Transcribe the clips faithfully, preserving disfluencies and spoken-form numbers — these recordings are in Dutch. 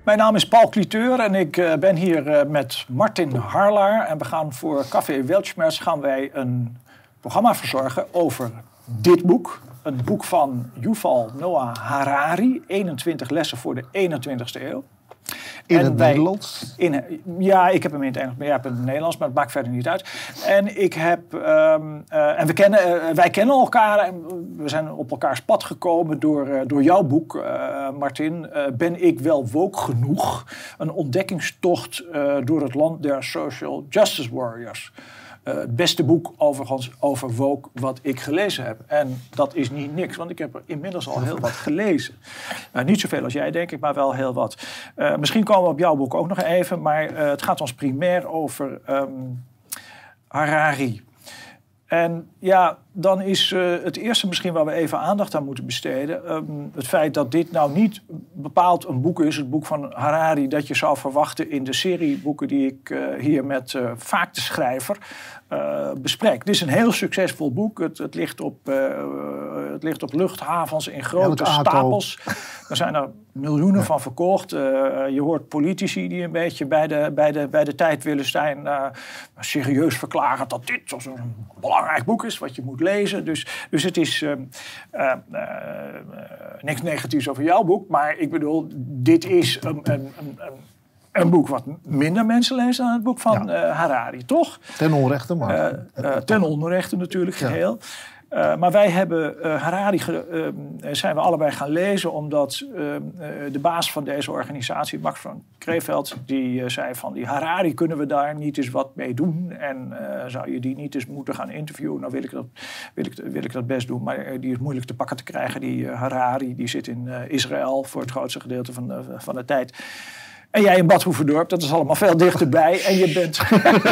Mijn naam is Paul Cliteur en ik uh, ben hier uh, met Martin Harlaar. En we gaan voor Café Weltschmerz gaan wij een programma verzorgen over dit boek. Een boek van Yuval Noah Harari, eenentwintig lessen voor de eenentwintigste eeuw. In en het wij, Nederlands? In, ja, ik heb hem in het Engels, maar jij hebt hem in het Nederlands, maar het maakt verder niet uit. En ik heb, um, uh, en we kennen, uh, wij kennen elkaar en we zijn op elkaars pad gekomen door, uh, door jouw boek, uh, Martin. Uh, ben ik wel woke genoeg? Een ontdekkingstocht uh, door het land der social justice warriors. Uh, het beste boek overigens over woke wat ik gelezen heb. En dat is niet niks, want ik heb er inmiddels al heel wat gelezen. Uh, niet zoveel als jij, denk ik, maar wel heel wat. Uh, misschien komen we op jouw boek ook nog even, maar uh, het gaat ons primair over um, Harari. En ja, dan is uh, het eerste misschien waar we even aandacht aan moeten besteden. Um, het feit dat dit nou niet bepaald een boek is, het boek van Harari, dat je zou verwachten in de serie boeken die ik uh, hier met uh, vaak de schrijver uh, bespreek. Dit is een heel succesvol boek. Het, het, ligt, op, uh, het ligt op luchthavens in grote ja, stapels. Er zijn er miljoenen ja. van verkocht. Uh, je hoort politici die een beetje bij de, bij de, bij de tijd willen zijn. Uh, serieus verklaren dat dit een belangrijk boek is wat je moet lezen. Dus, dus het is uh, uh, uh, niks negatiefs over jouw boek. Maar ik bedoel, dit is een, een, een, een boek wat minder mensen lezen dan het boek van ja. uh, Harari, toch? Ten onrechte, maar. Uh, uh, ten onrechte natuurlijk geheel. Ja. Uh, maar wij hebben uh, Harari ge, uh, zijn we allebei gaan lezen omdat uh, uh, de baas van deze organisatie, Max van Creveld, die uh, zei van die Harari kunnen we daar niet eens wat mee doen en uh, zou je die niet eens moeten gaan interviewen? Nou wil ik dat, wil ik, wil ik dat best doen, maar uh, die is moeilijk te pakken te krijgen. Die uh, Harari die zit in uh, Israël voor het grootste gedeelte van de, van de tijd. En jij in Bad Hoeverdorp, dat is allemaal veel dichterbij. En je bent,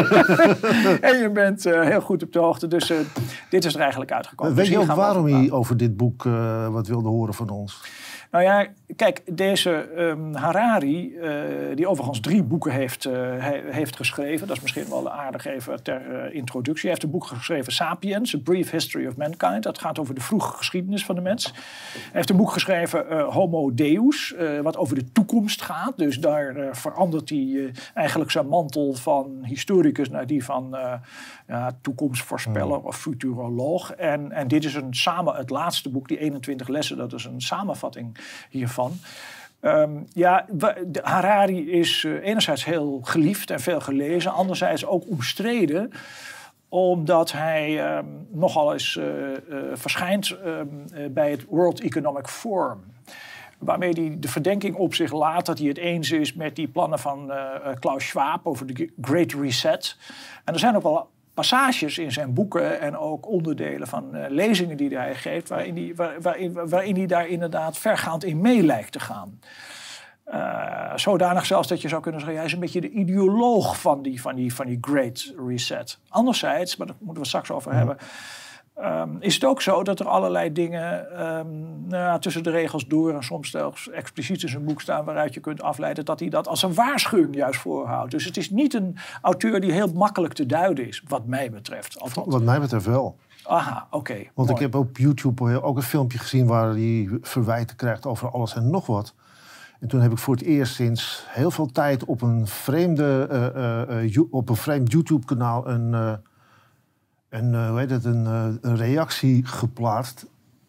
en je bent uh, heel goed op de hoogte. Dus uh, dit is er eigenlijk uitgekomen. Weet dus je ook waarom hij over dit boek uh, wat wilde horen van ons? Nou ja, kijk, deze um, Harari, uh, die overigens drie boeken heeft, uh, he, heeft geschreven. Dat is misschien wel aardig even ter uh, introductie. Hij heeft een boek geschreven, Sapiens, A Brief History of Mankind. Dat gaat over de vroege geschiedenis van de mens. Hij heeft een boek geschreven, uh, Homo Deus, uh, wat over de toekomst gaat. Dus daar uh, verandert hij uh, eigenlijk zijn mantel van historicus naar die van uh, ja, toekomstvoorspeller hmm. of futuroloog. En, en dit is een samen, het laatste boek, die eenentwintig lessen, dat is een samenvatting hiervan. Um, ja, Harari is uh, enerzijds heel geliefd en veel gelezen, anderzijds ook omstreden, omdat hij um, nogal eens uh, uh, verschijnt um, uh, bij het World Economic Forum, waarmee hij de verdenking op zich laat dat hij het eens is met die plannen van uh, Klaus Schwab over de Great Reset. En er zijn ook wel passages in zijn boeken en ook onderdelen van uh, lezingen die hij geeft, waarin hij, waar, waarin, waarin hij daar inderdaad vergaand in mee lijkt te gaan. Uh, zodanig zelfs dat je zou kunnen zeggen, hij is een beetje de ideoloog van die, van die, van die Great Reset. Anderzijds, maar daar moeten we straks over hebben, Um, is het ook zo dat er allerlei dingen um, nou ja, tussen de regels door en soms zelfs expliciet in zijn boek staan waaruit je kunt afleiden dat hij dat als een waarschuwing juist voorhoudt. Dus het is niet een auteur die heel makkelijk te duiden is, wat mij betreft. Althans. Wat mij betreft wel. Aha, oké. Okay, Want mooi. Ik heb op YouTube ook een filmpje gezien waar hij verwijten krijgt over alles en nog wat. En toen heb ik voor het eerst sinds heel veel tijd op een vreemde, uh, uh, uh, op een vreemd YouTube-kanaal een... Uh, En uh, hoe heet het, een, uh, een reactie geplaatst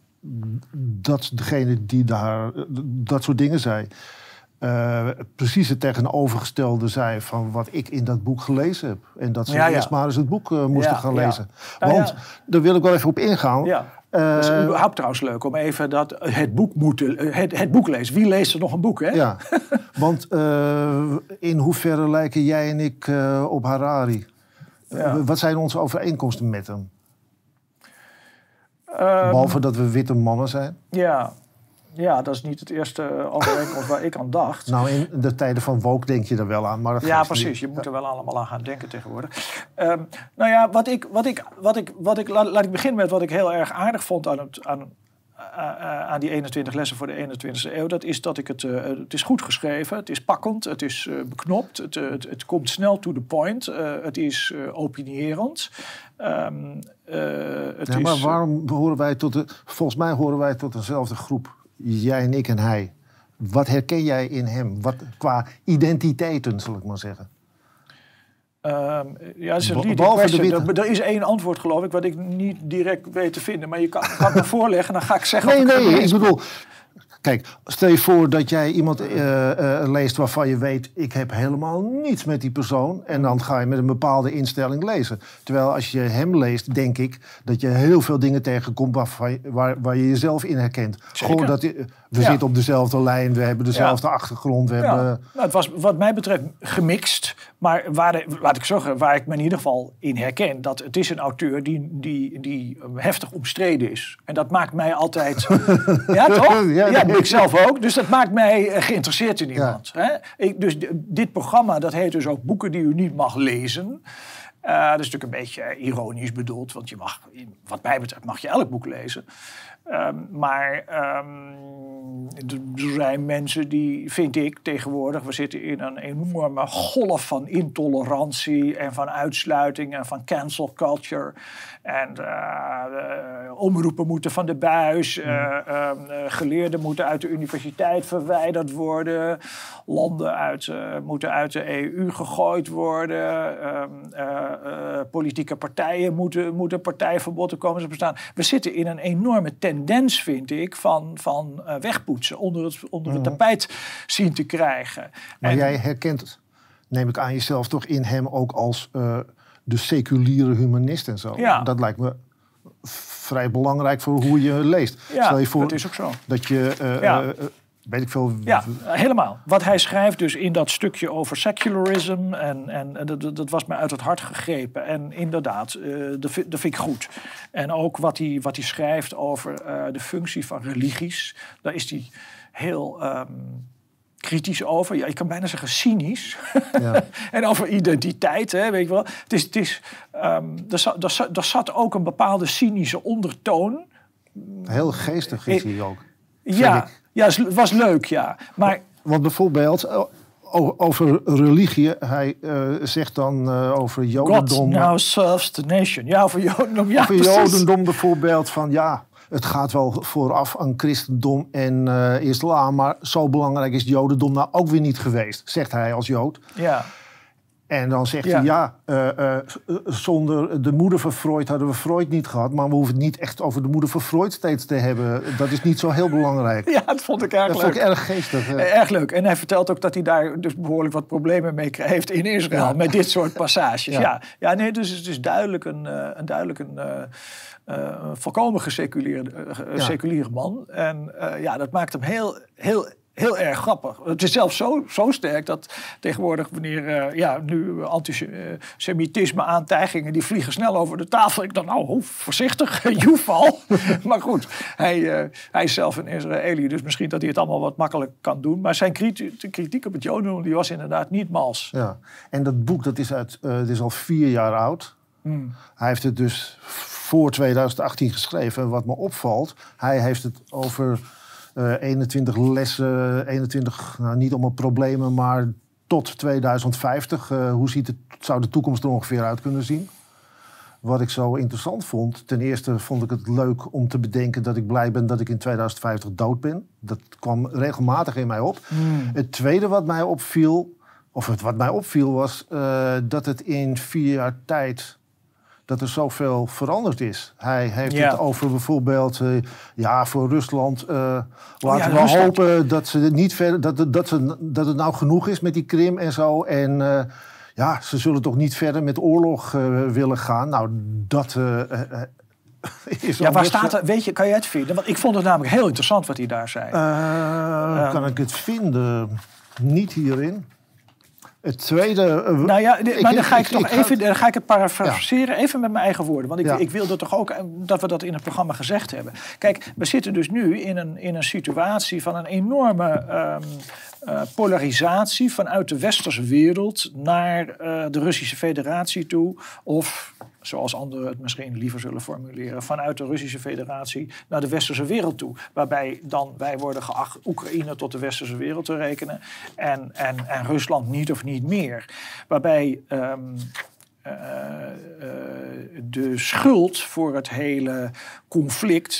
dat degene die daar uh, dat soort dingen zei, uh, precies het tegenovergestelde zei van wat ik in dat boek gelezen heb. En dat ze ja, ja. eerst maar eens het boek uh, moesten ja, gaan lezen. Ja. Want, nou, ja. daar wil ik wel even op ingaan. Ja. Uh, dat is überhaupt trouwens leuk om even dat het boek moeten, het, het boek lezen. Wie leest er nog een boek, hè? Ja, want uh, in hoeverre lijken jij en ik uh, op Harari? Ja. Wat zijn onze overeenkomsten met hem? Um, Behalve dat we witte mannen zijn. Ja. ja, dat is niet het eerste overeenkomst waar ik aan dacht. Nou, in de tijden van woke denk je er wel aan. Maar dat ja, precies. Niet. Je moet er wel allemaal aan gaan denken tegenwoordig. Um, nou ja, wat ik, wat ik, wat ik, wat ik, laat, laat ik beginnen met wat ik heel erg aardig vond aan het... Aan, aan die eenentwintig lessen voor de eenentwintigste eeuw. Dat is dat ik het... Uh, het is goed geschreven, het is pakkend, het is uh, beknopt, het, uh, het, het komt snel to the point, uh, het is uh, opinierend. Um, uh, het ja, maar is, waarom horen wij tot de... Volgens mij horen wij tot dezelfde groep. Jij en ik en hij. Wat herken jij in hem? Wat, qua identiteiten, zal ik maar zeggen. Um, ja, dat is een Be- leading behalve de question. witte. Er, er is één antwoord, geloof ik, wat ik niet direct weet te vinden. Maar je kan, kan het me voorleggen, dan ga ik zeggen... Nee, of ik nee, het ik eens ben. bedoel... Kijk, stel je voor dat jij iemand uh, uh, leest waarvan je weet... ik heb helemaal niets met die persoon. En dan ga je met een bepaalde instelling lezen. Terwijl als je hem leest, denk ik... dat je heel veel dingen tegenkomt waarvan je, waar, waar je jezelf in herkent. Zeker. Gewoon dat je, we Ja. zitten op dezelfde lijn, we hebben dezelfde Ja. achtergrond. We Ja, hebben, nou, het was wat mij betreft gemixt. Maar waar, de- laat ik zeggen, waar ik me in ieder geval in herken... dat het is een auteur die, die, die heftig omstreden is. En dat maakt mij altijd... ja, toch? Ja, Ja, nee. ik zelf ook. Dus dat maakt mij eh, geïnteresseerd in iemand. Hè? Ik, dus d- dit programma, dat heet dus ook Boeken die u niet mag lezen... Uh, dat is natuurlijk een beetje ironisch bedoeld, want je mag, wat mij betreft, mag je elk boek lezen. Um, maar um, er zijn mensen die, vind ik tegenwoordig, we zitten in een enorme golf van intolerantie en van uitsluiting en van cancel culture. En uh, de omroepen moeten van de buis, uh, uh, geleerden moeten uit de universiteit verwijderd worden, landen uit, uh, moeten uit de E U gegooid worden, uh, uh, uh, politieke partijen moeten, moeten partijverboden komen te bestaan. We zitten in een enorme tendens, vind ik, van, van uh, wegpoetsen, onder het, onder het tapijt zien te krijgen. maar en, jij herkent, neem ik aan jezelf toch in hem ook als uh, de seculiere humanist en zo. Ja. Dat lijkt me vrij belangrijk voor hoe je leest. Ja, Stel je voor dat is ook zo. dat je, uh, Ja. uh, weet ik veel... Ja, helemaal. Wat hij schrijft dus in dat stukje over secularism... en, en, en dat, dat was me uit het hart gegrepen. En inderdaad, uh, dat, vind, dat vind ik goed. En ook wat hij, wat hij schrijft over uh, de functie van religies... daar is hij heel... Um, kritisch over, ja, ik kan bijna zeggen cynisch. Ja. En over identiteit, hè, weet je wel. Het is, het is, um, er, zat, er, zat, er zat ook een bepaalde cynische ondertoon. Heel geestig is hij ook. Ja, ja, het was leuk, ja. Maar, want bijvoorbeeld over religie, hij uh, zegt dan uh, over jodendom... God now serves the nation. Ja, over jodendom, ja, over precies. jodendom bijvoorbeeld van ja... Het gaat wel vooraf aan christendom en uh, islam, maar zo belangrijk is het jodendom nou ook weer niet geweest, zegt hij als jood. Ja. En dan zegt ja. hij, ja, uh, uh, zonder de moeder van Freud hadden we Freud niet gehad, maar we hoeven het niet echt over de moeder van Freud steeds te hebben. Dat is niet zo heel belangrijk. Ja, dat vond ik erg dat leuk. Dat vond ik erg geestig. Uh. Erg leuk. En hij vertelt ook dat hij daar dus behoorlijk wat problemen mee heeft in Israël, ja. met dit soort passages. Ja, ja. ja nee, dus het is duidelijk een, uh, een, duidelijk een uh, Uh, een volkomen geseculierde uh, ja. seculiere man. En uh, ja, dat maakt hem heel, heel, heel erg grappig. Het is zelfs zo, zo sterk dat tegenwoordig wanneer uh, ja, nu antisemitisme aantijgingen, die vliegen snel over de tafel. Ik dacht, nou, oh, voorzichtig, Yuval. Maar goed, hij, uh, hij is zelf een Israëli, dus misschien dat hij het allemaal wat makkelijk kan doen. Maar zijn kritiek, kritiek op het jodendom, die was inderdaad niet mals. Ja. En dat boek, dat is, uit, uh, dat is al vier jaar oud. Hmm. Hij heeft het dus voor twintig achttien geschreven. Wat me opvalt, hij heeft het over uh, eenentwintig lessen, eenentwintig, nou niet allemaal problemen, maar tot tweeduizend vijftig. Uh, hoe ziet het, zou de toekomst er ongeveer uit kunnen zien? Wat ik zo interessant vond, ten eerste vond ik het leuk om te bedenken dat ik blij ben dat ik in tweeduizend vijftig dood ben. Dat kwam regelmatig in mij op. Hmm. Het tweede wat mij opviel, of het wat mij opviel was uh, dat het in vier jaar tijd... dat er zoveel veranderd is. Hij heeft ja. het over bijvoorbeeld... Uh, ja, voor Rusland... Uh, laten oh ja, we Rusland. hopen dat, ze niet verder, dat, dat, ze, dat het nou genoeg is met die Krim en zo. En uh, ja, ze zullen toch niet verder met oorlog uh, willen gaan. Nou, dat uh, uh, is... Ja, waar staat er? Weet je, kan jij het vinden? Want ik vond het namelijk heel interessant wat hij daar zei. Uh, um, kan ik het vinden? Niet hierin. Het tweede... Uh, nou ja, de, maar dan ga ik, ik toch ik even, dan ga ik het parafraseren, ja. even met mijn eigen woorden. Want ik, ja. ik wilde toch ook dat we dat in het programma gezegd hebben. Kijk, we zitten dus nu in een, in een situatie van een enorme um, uh, polarisatie vanuit de westerse wereld naar uh, de Russische Federatie toe. Of, zoals anderen het misschien liever zullen formuleren, vanuit de Russische Federatie naar de westerse wereld toe. Waarbij dan wij worden geacht Oekraïne tot de westerse wereld te rekenen en, en, en Rusland niet of niet meer. Waarbij um, uh, uh, de schuld voor het hele conflict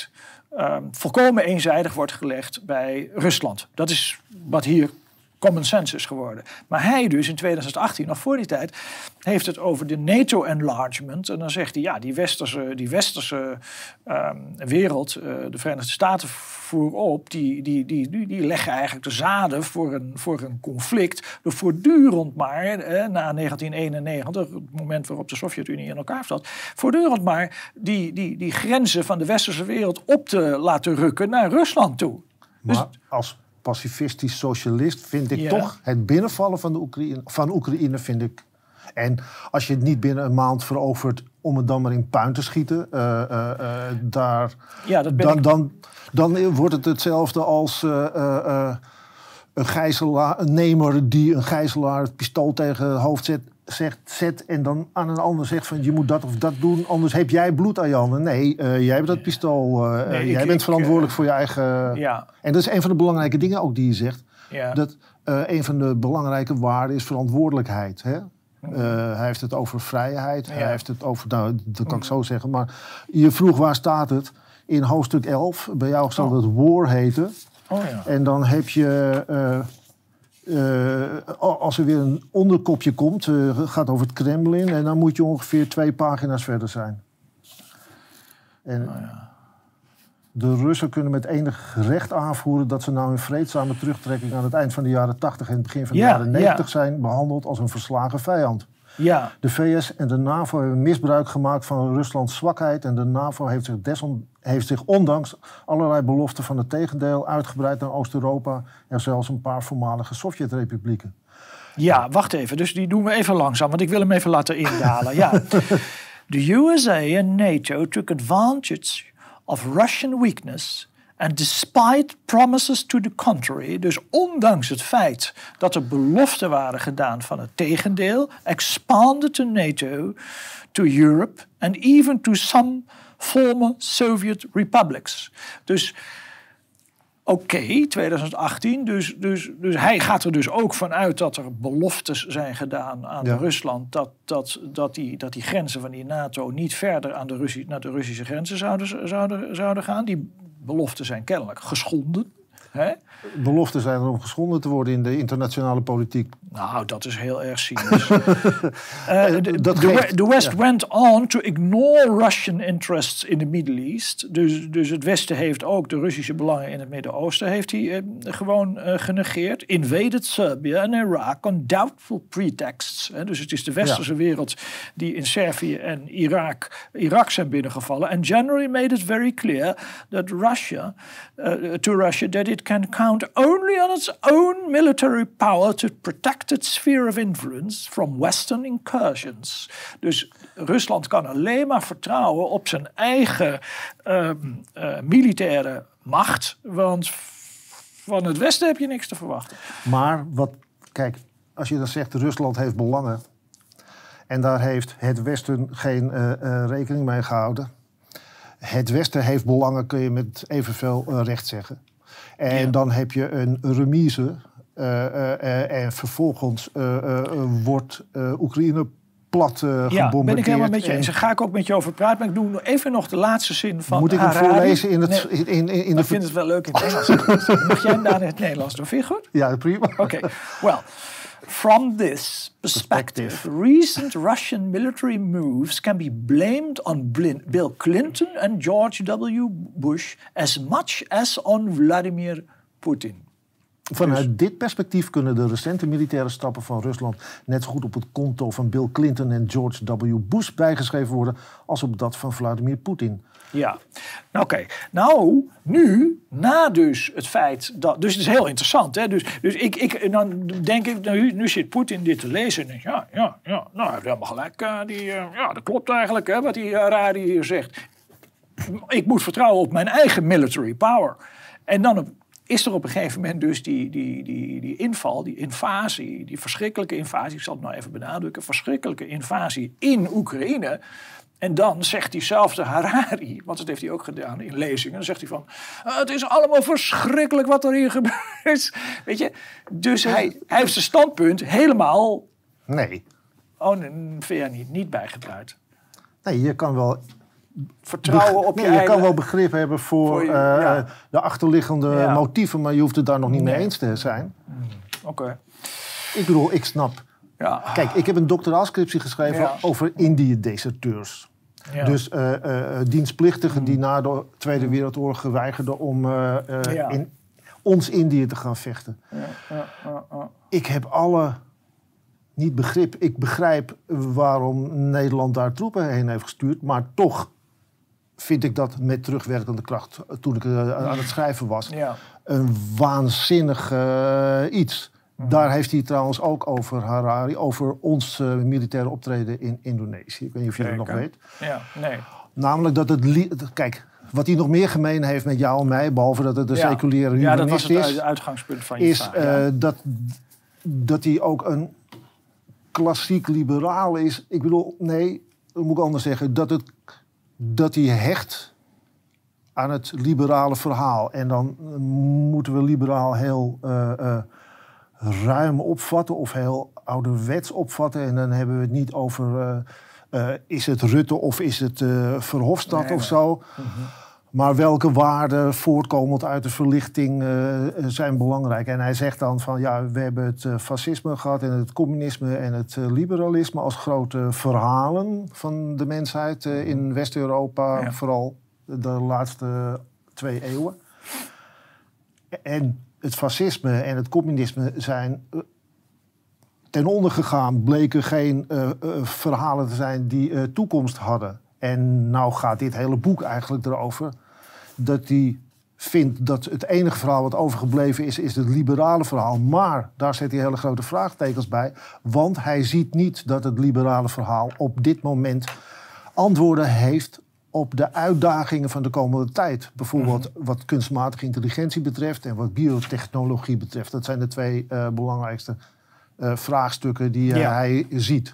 uh, volkomen eenzijdig wordt gelegd bij Rusland. Dat is wat hier common sense is geworden. Maar hij dus in twintig achttien, nog voor die tijd, heeft het over de NATO-enlargement. En dan zegt hij, ja, die westerse, die westerse um, wereld, uh, de Verenigde Staten voorop, die, die, die, die, die leggen eigenlijk de zaden voor een, voor een conflict. Door voortdurend maar, eh, na negentien eenennegentig, het moment waarop de Sovjet-Unie in elkaar zat, voortdurend maar die, die, die grenzen van de westerse wereld op te laten rukken naar Rusland toe. Maar Dus, als pacifistisch socialist vind ik Ja. toch het binnenvallen van, de Oekraïne, van Oekraïne vind ik. En als je het niet binnen een maand verovert om het dan maar in puin te schieten, uh, uh, uh, daar, ja, dat ben dan, ik... dan, dan wordt het hetzelfde als uh, uh, uh, een gijzelaar, een nemer die een gijzelaar het pistool tegen het hoofd zet, zegt, zet en dan aan een ander zegt van je moet dat of dat doen, anders heb jij bloed aan je handen. Nee, uh, jij hebt dat pistool. Uh, Nee, jij ik, bent ik, verantwoordelijk uh, voor je eigen... Ja. En dat is een van de belangrijke dingen ook die je zegt. Ja. Dat uh, een van de belangrijke waarden is verantwoordelijkheid. Hè? Uh, hij heeft het over vrijheid. Ja. Hij heeft het over, nou, dat kan ik zo zeggen. Maar je vroeg waar staat het? In hoofdstuk elf. Bij jou zal Oh. het war heten. Oh ja. En dan heb je... Uh, Uh, als er weer een onderkopje komt, uh, gaat over het Kremlin, en dan moet je ongeveer twee pagina's verder zijn. En Oh ja. de Russen kunnen met enig recht aanvoeren dat ze nou in vreedzame terugtrekking aan het eind van de jaren tachtig en het begin van de Ja, jaren negentig ja. zijn behandeld als een verslagen vijand. Ja. De V S en de NAVO hebben misbruik gemaakt van Ruslands zwakheid en de NAVO heeft zich, deson, heeft zich ondanks allerlei beloften van het tegendeel uitgebreid naar Oost-Europa en zelfs een paar voormalige Sovjet-republieken. Ja, wacht even. Dus die doen we even langzaam, want ik wil hem even laten indalen. Ja. The U S A and NATO took advantage of Russian weakness and despite promises to the contrary, dus ondanks het feit dat er beloften waren gedaan van het tegendeel, expanded the NATO to Europe and even to some former Soviet republics. Dus oké, okay, twintig achttien, dus, dus, dus hij gaat er dus ook vanuit dat er beloftes zijn gedaan aan Ja. Rusland, dat, dat, dat, die, dat die grenzen van die NATO niet verder aan de Russi- naar de Russische grenzen zouden, zouden, zouden gaan. Die beloften zijn kennelijk geschonden. Hè? Beloften zijn er om geschonden te worden in de internationale politiek. Nou, dat is heel erg cynisch. uh, the, dat the, geeft- the West ja. went on to ignore Russian interests in the Middle East. Dus, dus het Westen heeft ook de Russische belangen in het Midden-Oosten heeft hij, eh, gewoon uh, genegeerd. Invaded Serbia and Iraq on doubtful pretexts. Hè. Dus het is de westerse Ja. wereld die in Servië en Irak, Irak zijn binnengevallen. And generally made it very clear that Russia, uh, to Russia, that it can count only on its own military power to protect its sphere of influence from Western incursions. Dus Rusland kan alleen maar vertrouwen op zijn eigen uh, uh, militaire macht, want van het Westen heb je niks te verwachten. Maar wat, kijk, als je dan zegt Rusland heeft belangen en daar heeft het Westen geen uh, uh, rekening mee gehouden. Het Westen heeft belangen, kun je met evenveel uh, recht zeggen. En Ja. dan heb je een remise uh, uh, uh, en vervolgens uh, uh, wordt uh, Oekraïne plat uh, gebombardeerd. Ja, ben ik helemaal met je En eens. Daar ga ik ook met je over praten. Maar ik doe even nog de laatste zin van moet ik hem Harari. voorlezen in het... Nee, in, in, in, in ik de vind het wel leuk in het Engels. Mag jij hem daar in het Nederlands doen? Vind je goed? Ja, prima. Oké, okay. Well, from this perspective, Perspective. recent Russian military moves can be blamed on Blin- Bill Clinton and George W. Bush as much as on Vladimir Putin. Vanuit dit perspectief kunnen de recente militaire stappen van Rusland net zo goed op het konto van Bill Clinton en George W. Bush bijgeschreven worden als op dat van Vladimir Poetin. Ja, nou oké. Okay. Nou, nu, na dus het feit dat... Dus het is heel interessant, hè. Dus, dus ik, ik, dan denk ik, nu, nu zit Poetin dit te lezen en denk ja, ja, ja, nou, hij heeft helemaal gelijk. Uh, die, uh, ja, dat klopt eigenlijk, hè, wat die Harari hier zegt. Ik moet vertrouwen op mijn eigen military power. En dan op, is er op een gegeven moment dus die, die, die, die inval, die invasie, die verschrikkelijke invasie, ik zal het nou even benadrukken, verschrikkelijke invasie in Oekraïne. En dan zegt diezelfde Harari, want dat heeft hij ook gedaan in lezingen, dan zegt hij van, uh, het is allemaal verschrikkelijk wat er hier gebeurt. Weet je, dus hij, hij heeft zijn standpunt helemaal, Nee. oh nee, vind jij niet, niet bijgedraaid. Nee, je kan wel vertrouwen op je nee, eigen... Je kan wel begrip hebben voor, voor je, uh, ja. de achterliggende ja. motieven, maar je hoeft het daar nog niet nee. mee eens te zijn. Mm. Oké. Okay. Ik bedoel, ik snap. Ja. Kijk, ik heb een doctoraalscriptie geschreven ja. over Indië-deserteurs. Ja. Dus uh, uh, dienstplichtigen mm. die na de Tweede Wereldoorlog weigerden om uh, uh, ja. in ons Indië te gaan vechten. Ja. Ja. Ja. Ja. Ik heb alle... niet begrip. Ik begrijp waarom Nederland daar troepen heen heeft gestuurd. Maar toch vind ik dat met terugwerkende kracht, toen ik uh, aan het schrijven was, ja. een waanzinnig uh, iets. Mm. Daar heeft hij trouwens ook over Harari, over ons uh, militaire optreden in Indonesië. Ik weet niet of je dat nog weet. Ja, nee. Namelijk dat het... Li- Kijk, wat hij nog meer gemeen heeft met jou en mij, behalve dat het een ja. seculiere ja, dat was is, het uitgangspunt van je is vraag. Uh, ja. dat, dat hij ook een klassiek liberaal is. Ik bedoel, nee, dat moet ik anders zeggen. Dat, het, dat hij hecht aan het liberale verhaal. En dan moeten we liberaal heel uh, uh, ruim opvatten of heel ouderwets opvatten. En dan hebben we het niet over uh, uh, is het Rutte of is het uh, Verhofstadt nee, of zo. Mm-hmm. Maar welke waarden voortkomend uit de verlichting uh, zijn belangrijk? En hij zegt dan van ja, we hebben het uh, fascisme gehad en het communisme en het uh, liberalisme als grote verhalen van de mensheid uh, in West-Europa, ja. vooral de laatste twee eeuwen. En het fascisme en het communisme zijn uh, ten onder gegaan, bleken geen uh, uh, verhalen te zijn die uh, toekomst hadden. En nou gaat dit hele boek eigenlijk erover dat hij vindt dat het enige verhaal wat overgebleven is, is het liberale verhaal. Maar daar zet hij hele grote vraagtekens bij. Want hij ziet niet dat het liberale verhaal op dit moment antwoorden heeft op de uitdagingen van de komende tijd. Bijvoorbeeld mm-hmm. wat kunstmatige intelligentie betreft en wat biotechnologie betreft. Dat zijn de twee uh, belangrijkste uh, vraagstukken die uh, ja. hij ziet.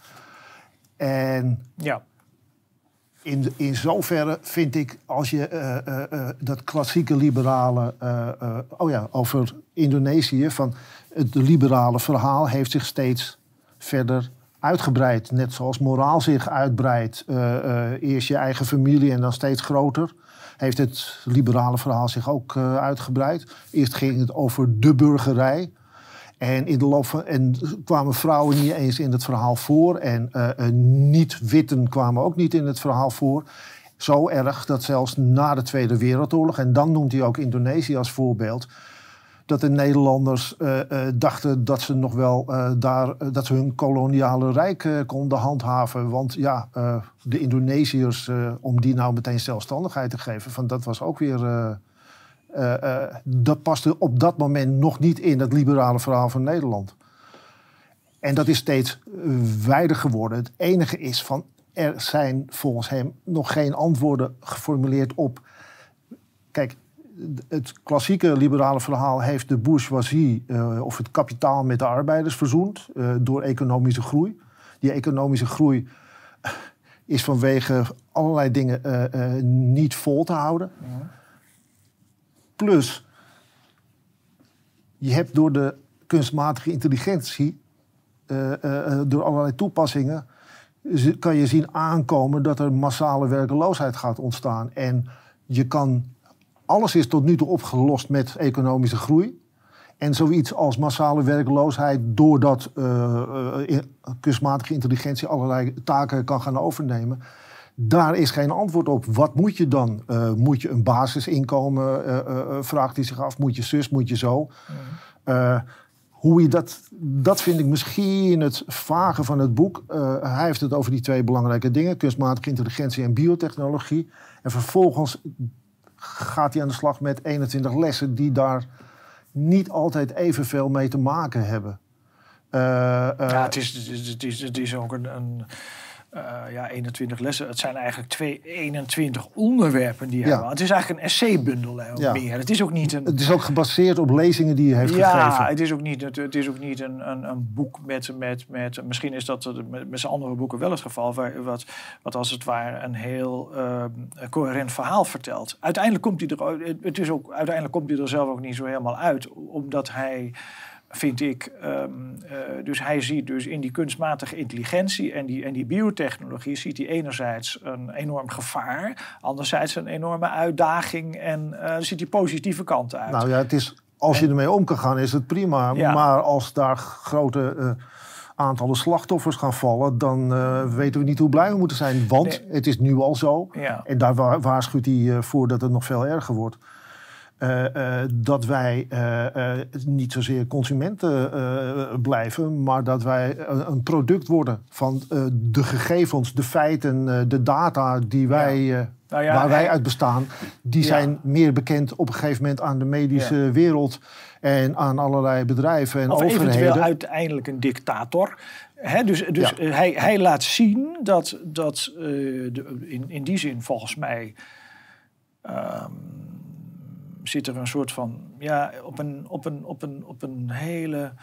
En... ja. In, in zoverre vind ik, als je uh, uh, uh, dat klassieke liberale... Uh, uh, oh ja, over Indonesië, van het liberale verhaal heeft zich steeds verder uitgebreid. Net zoals moraal zich uitbreidt. Uh, uh, eerst je eigen familie en dan steeds groter. Heeft het liberale verhaal zich ook uh, uitgebreid. Eerst ging het over de burgerij. En, in de loop van, en kwamen vrouwen niet eens in het verhaal voor. En uh, uh, niet-witten kwamen ook niet in het verhaal voor. Zo erg dat zelfs na de Tweede Wereldoorlog... en dan noemt hij ook Indonesië als voorbeeld... dat de Nederlanders uh, uh, dachten dat ze nog wel uh, daar... Uh, dat ze hun koloniale rijk uh, konden handhaven. Want ja, uh, de Indonesiërs... Uh, om die nou meteen zelfstandigheid te geven... Van, dat was ook weer... Uh, Uh, uh, dat paste op dat moment nog niet in het liberale verhaal van Nederland. En dat is steeds uh, wijder geworden. Het enige is van, er zijn volgens hem nog geen antwoorden geformuleerd op... Kijk, het klassieke liberale verhaal heeft de bourgeoisie... Uh, of het kapitaal met de arbeiders verzoend uh, door economische groei. Die economische groei is vanwege allerlei dingen uh, uh, niet vol te houden... Ja. Plus, je hebt door de kunstmatige intelligentie, uh, uh, door allerlei toepassingen, kan je zien aankomen dat er massale werkeloosheid gaat ontstaan. En je kan, alles is tot nu toe opgelost met economische groei. En zoiets als massale werkeloosheid, doordat uh, uh, kunstmatige intelligentie allerlei taken kan gaan overnemen... Daar is geen antwoord op. Wat moet je dan? Uh, moet je een basisinkomen, uh, uh, vraagt hij zich af. Moet je zus, moet je zo? Uh, hoe je dat, dat vind ik misschien het vage van het boek. Uh, hij heeft het over die twee belangrijke dingen. Kunstmatige intelligentie en biotechnologie. En vervolgens gaat hij aan de slag met eenentwintig lessen... die daar niet altijd evenveel mee te maken hebben. Uh, uh, ja, het is, het is, het is ook een... een... Uh, ja, eenentwintig lessen. Het zijn eigenlijk twee, eenentwintig onderwerpen die hij ja. Het is eigenlijk een essaybundel hè, ja. meer. Het is ook niet een... Het is ook gebaseerd op lezingen die hij heeft ja, gegeven. Ja, het is ook niet, het, het is ook niet een, een, een boek met, met, met... Misschien is dat met, met zijn andere boeken wel het geval... Waar, wat, wat als het ware een heel uh, coherent verhaal vertelt. Uiteindelijk komt hij er... Het is ook, uiteindelijk komt hij er zelf ook niet zo helemaal uit. Omdat hij... vind ik. Um, uh, dus hij ziet dus in die kunstmatige intelligentie en die, en die biotechnologie... ziet hij enerzijds een enorm gevaar, anderzijds een enorme uitdaging... en uh, daar ziet hij positieve kanten uit. Nou ja, het is, als je ermee om kan gaan, is het prima. Ja. Maar als daar grote... Uh, aantallen slachtoffers gaan vallen, dan uh, weten we niet hoe blij we moeten zijn. Want nee. het is nu al zo, ja. en daar wa- waarschuwt hij uh, voor dat het nog veel erger wordt... Uh, uh, dat wij uh, uh, niet zozeer consumenten uh, blijven... maar dat wij een, een product worden van uh, de gegevens, de feiten, uh, de data die wij... Uh, Nou ja, waar wij uit bestaan, die zijn ja. meer bekend op een gegeven moment aan de medische ja. wereld... en aan allerlei bedrijven en of overheden. Of eventueel uiteindelijk een dictator. He, dus dus ja. hij, hij laat zien dat, dat uh, de, in, in die zin volgens mij... Um, zit er een soort van... ja, op een, op een, op een, op een hele...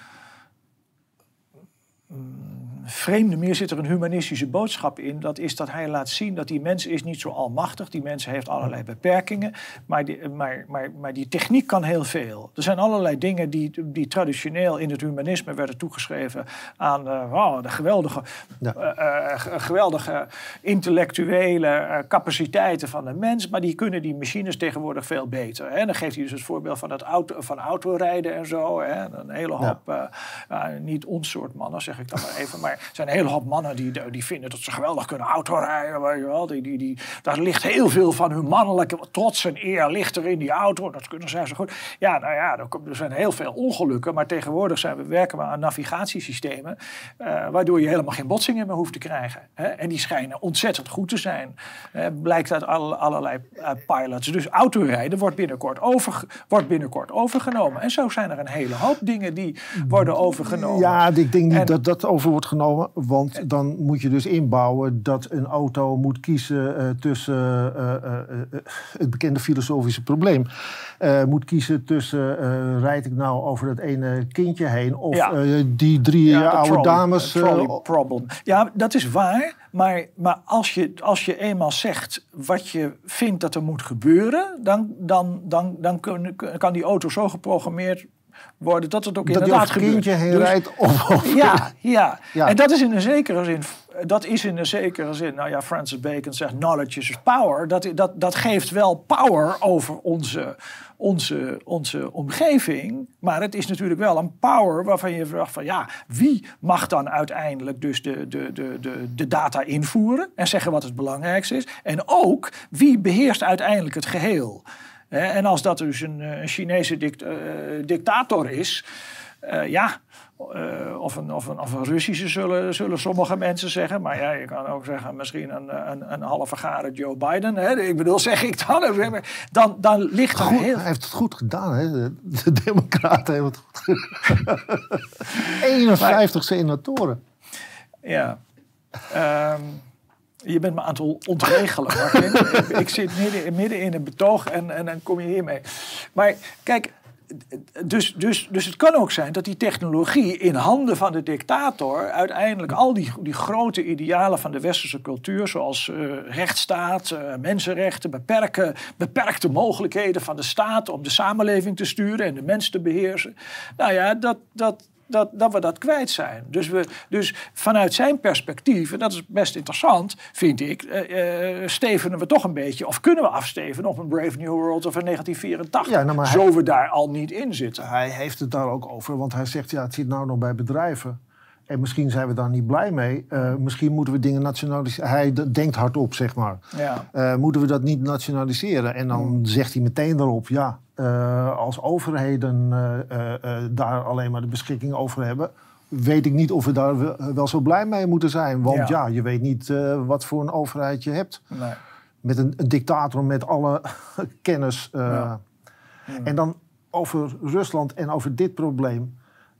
Um, vreemde meer zit er een humanistische boodschap in. Dat is dat hij laat zien dat die mens is niet zo almachtig. Die mens heeft allerlei beperkingen. Maar die, maar, maar, maar die techniek kan heel veel. Er zijn allerlei dingen die, die traditioneel in het humanisme werden toegeschreven aan uh, oh, de geweldige, ja. uh, uh, geweldige intellectuele uh, capaciteiten van de mens. Maar die kunnen die machines tegenwoordig veel beter. Hè? Dan geeft hij dus het voorbeeld van, het auto, van autorijden en zo. Hè? Een hele hoop, ja. uh, uh, niet ons soort mannen zeg ik dan maar even, maar er zijn een hele hoop mannen die, die vinden dat ze geweldig kunnen autorijden. Weet je wel. Die, die, die, daar ligt heel veel van hun mannelijke trots en eer ligt er in die auto. Dat kunnen zij zo goed. Ja, nou ja, er zijn heel veel ongelukken. Maar tegenwoordig zijn we, werken we aan navigatiesystemen. Uh, waardoor je helemaal geen botsingen meer hoeft te krijgen. Hè? En die schijnen ontzettend goed te zijn. Uh, blijkt uit alle, allerlei uh, pilots. Dus autorijden wordt binnenkort, over, wordt binnenkort overgenomen. En zo zijn er een hele hoop dingen die worden overgenomen. Ja, ik denk niet en, dat dat over wordt genomen. Want dan moet je dus inbouwen dat een auto moet kiezen uh, tussen uh, uh, uh, het bekende filosofische probleem. Uh, moet kiezen tussen, uh, rijd ik nou over dat ene kindje heen of ja. uh, die drie ja, oude trolley, dames. Uh, trolley problem. Ja, dat is waar. Maar, maar als, je, als je eenmaal zegt wat je vindt dat er moet gebeuren, dan, dan, dan, dan kun, kan die auto zo geprogrammeerd worden dat het ook dat inderdaad gebeurt. Dat je een kindje heen rijdt of, of ja, ja, ja. En dat is in een zekere zin, dat is in een zekere zin, nou ja, Francis Bacon zegt knowledge is power. Dat, dat, dat geeft wel power over onze, onze, onze omgeving. Maar het is natuurlijk wel een power waarvan je vraagt van ja, wie mag dan uiteindelijk dus de, de, de, de, de data invoeren en zeggen wat het belangrijkste is. En ook wie beheerst uiteindelijk het geheel. En als dat dus een, een Chinese dict, uh, dictator is, uh, ja, uh, of, een, of, een, of een Russische zullen, zullen sommige mensen zeggen. Maar ja, je kan ook zeggen misschien een, een, een halve gare Joe Biden. Hè? Ik bedoel, zeg ik dan. Dan, dan ligt er goed, heel... Hij heeft het goed gedaan, hè? De, de Democraten hebben het goed gedaan. eenenvijftig senatoren. Ja. Um, Je bent me aan het ontregelen, Martin. ik, ik zit midden, midden in een betoog en, en dan kom je hiermee. Maar kijk, dus, dus, dus het kan ook zijn dat die technologie in handen van de dictator uiteindelijk al die, die grote idealen van de westerse cultuur, zoals uh, rechtsstaat, uh, mensenrechten, beperken, beperkte mogelijkheden van de staat om de samenleving te sturen en de mens te beheersen. Nou ja, dat... dat Dat, dat we dat kwijt zijn. Dus, we, dus vanuit zijn perspectief, en dat is best interessant, vind ik, uh, stevenen we toch een beetje, of kunnen we afstevenen op een Brave New World of een negentien vierentachtig. Ja, nou, zo hij, we daar al niet in zitten. Hij heeft het daar ook over, want hij zegt, ja, het zit nou nog bij bedrijven. En misschien zijn we daar niet blij mee. Uh, misschien moeten we dingen nationaliseren. Hij d- denkt hardop, zeg maar. Ja. Uh, moeten we dat niet nationaliseren? En dan hmm. zegt hij meteen erop, ja, uh, als overheden uh, uh, uh, daar alleen maar de beschikking over hebben, weet ik niet of we daar wel, wel zo blij mee moeten zijn. Want ja, ja je weet niet uh, wat voor een overheid je hebt. Nee. Met een, een dictator met alle kennis. Uh, ja. Hmm. En dan over Rusland en over dit probleem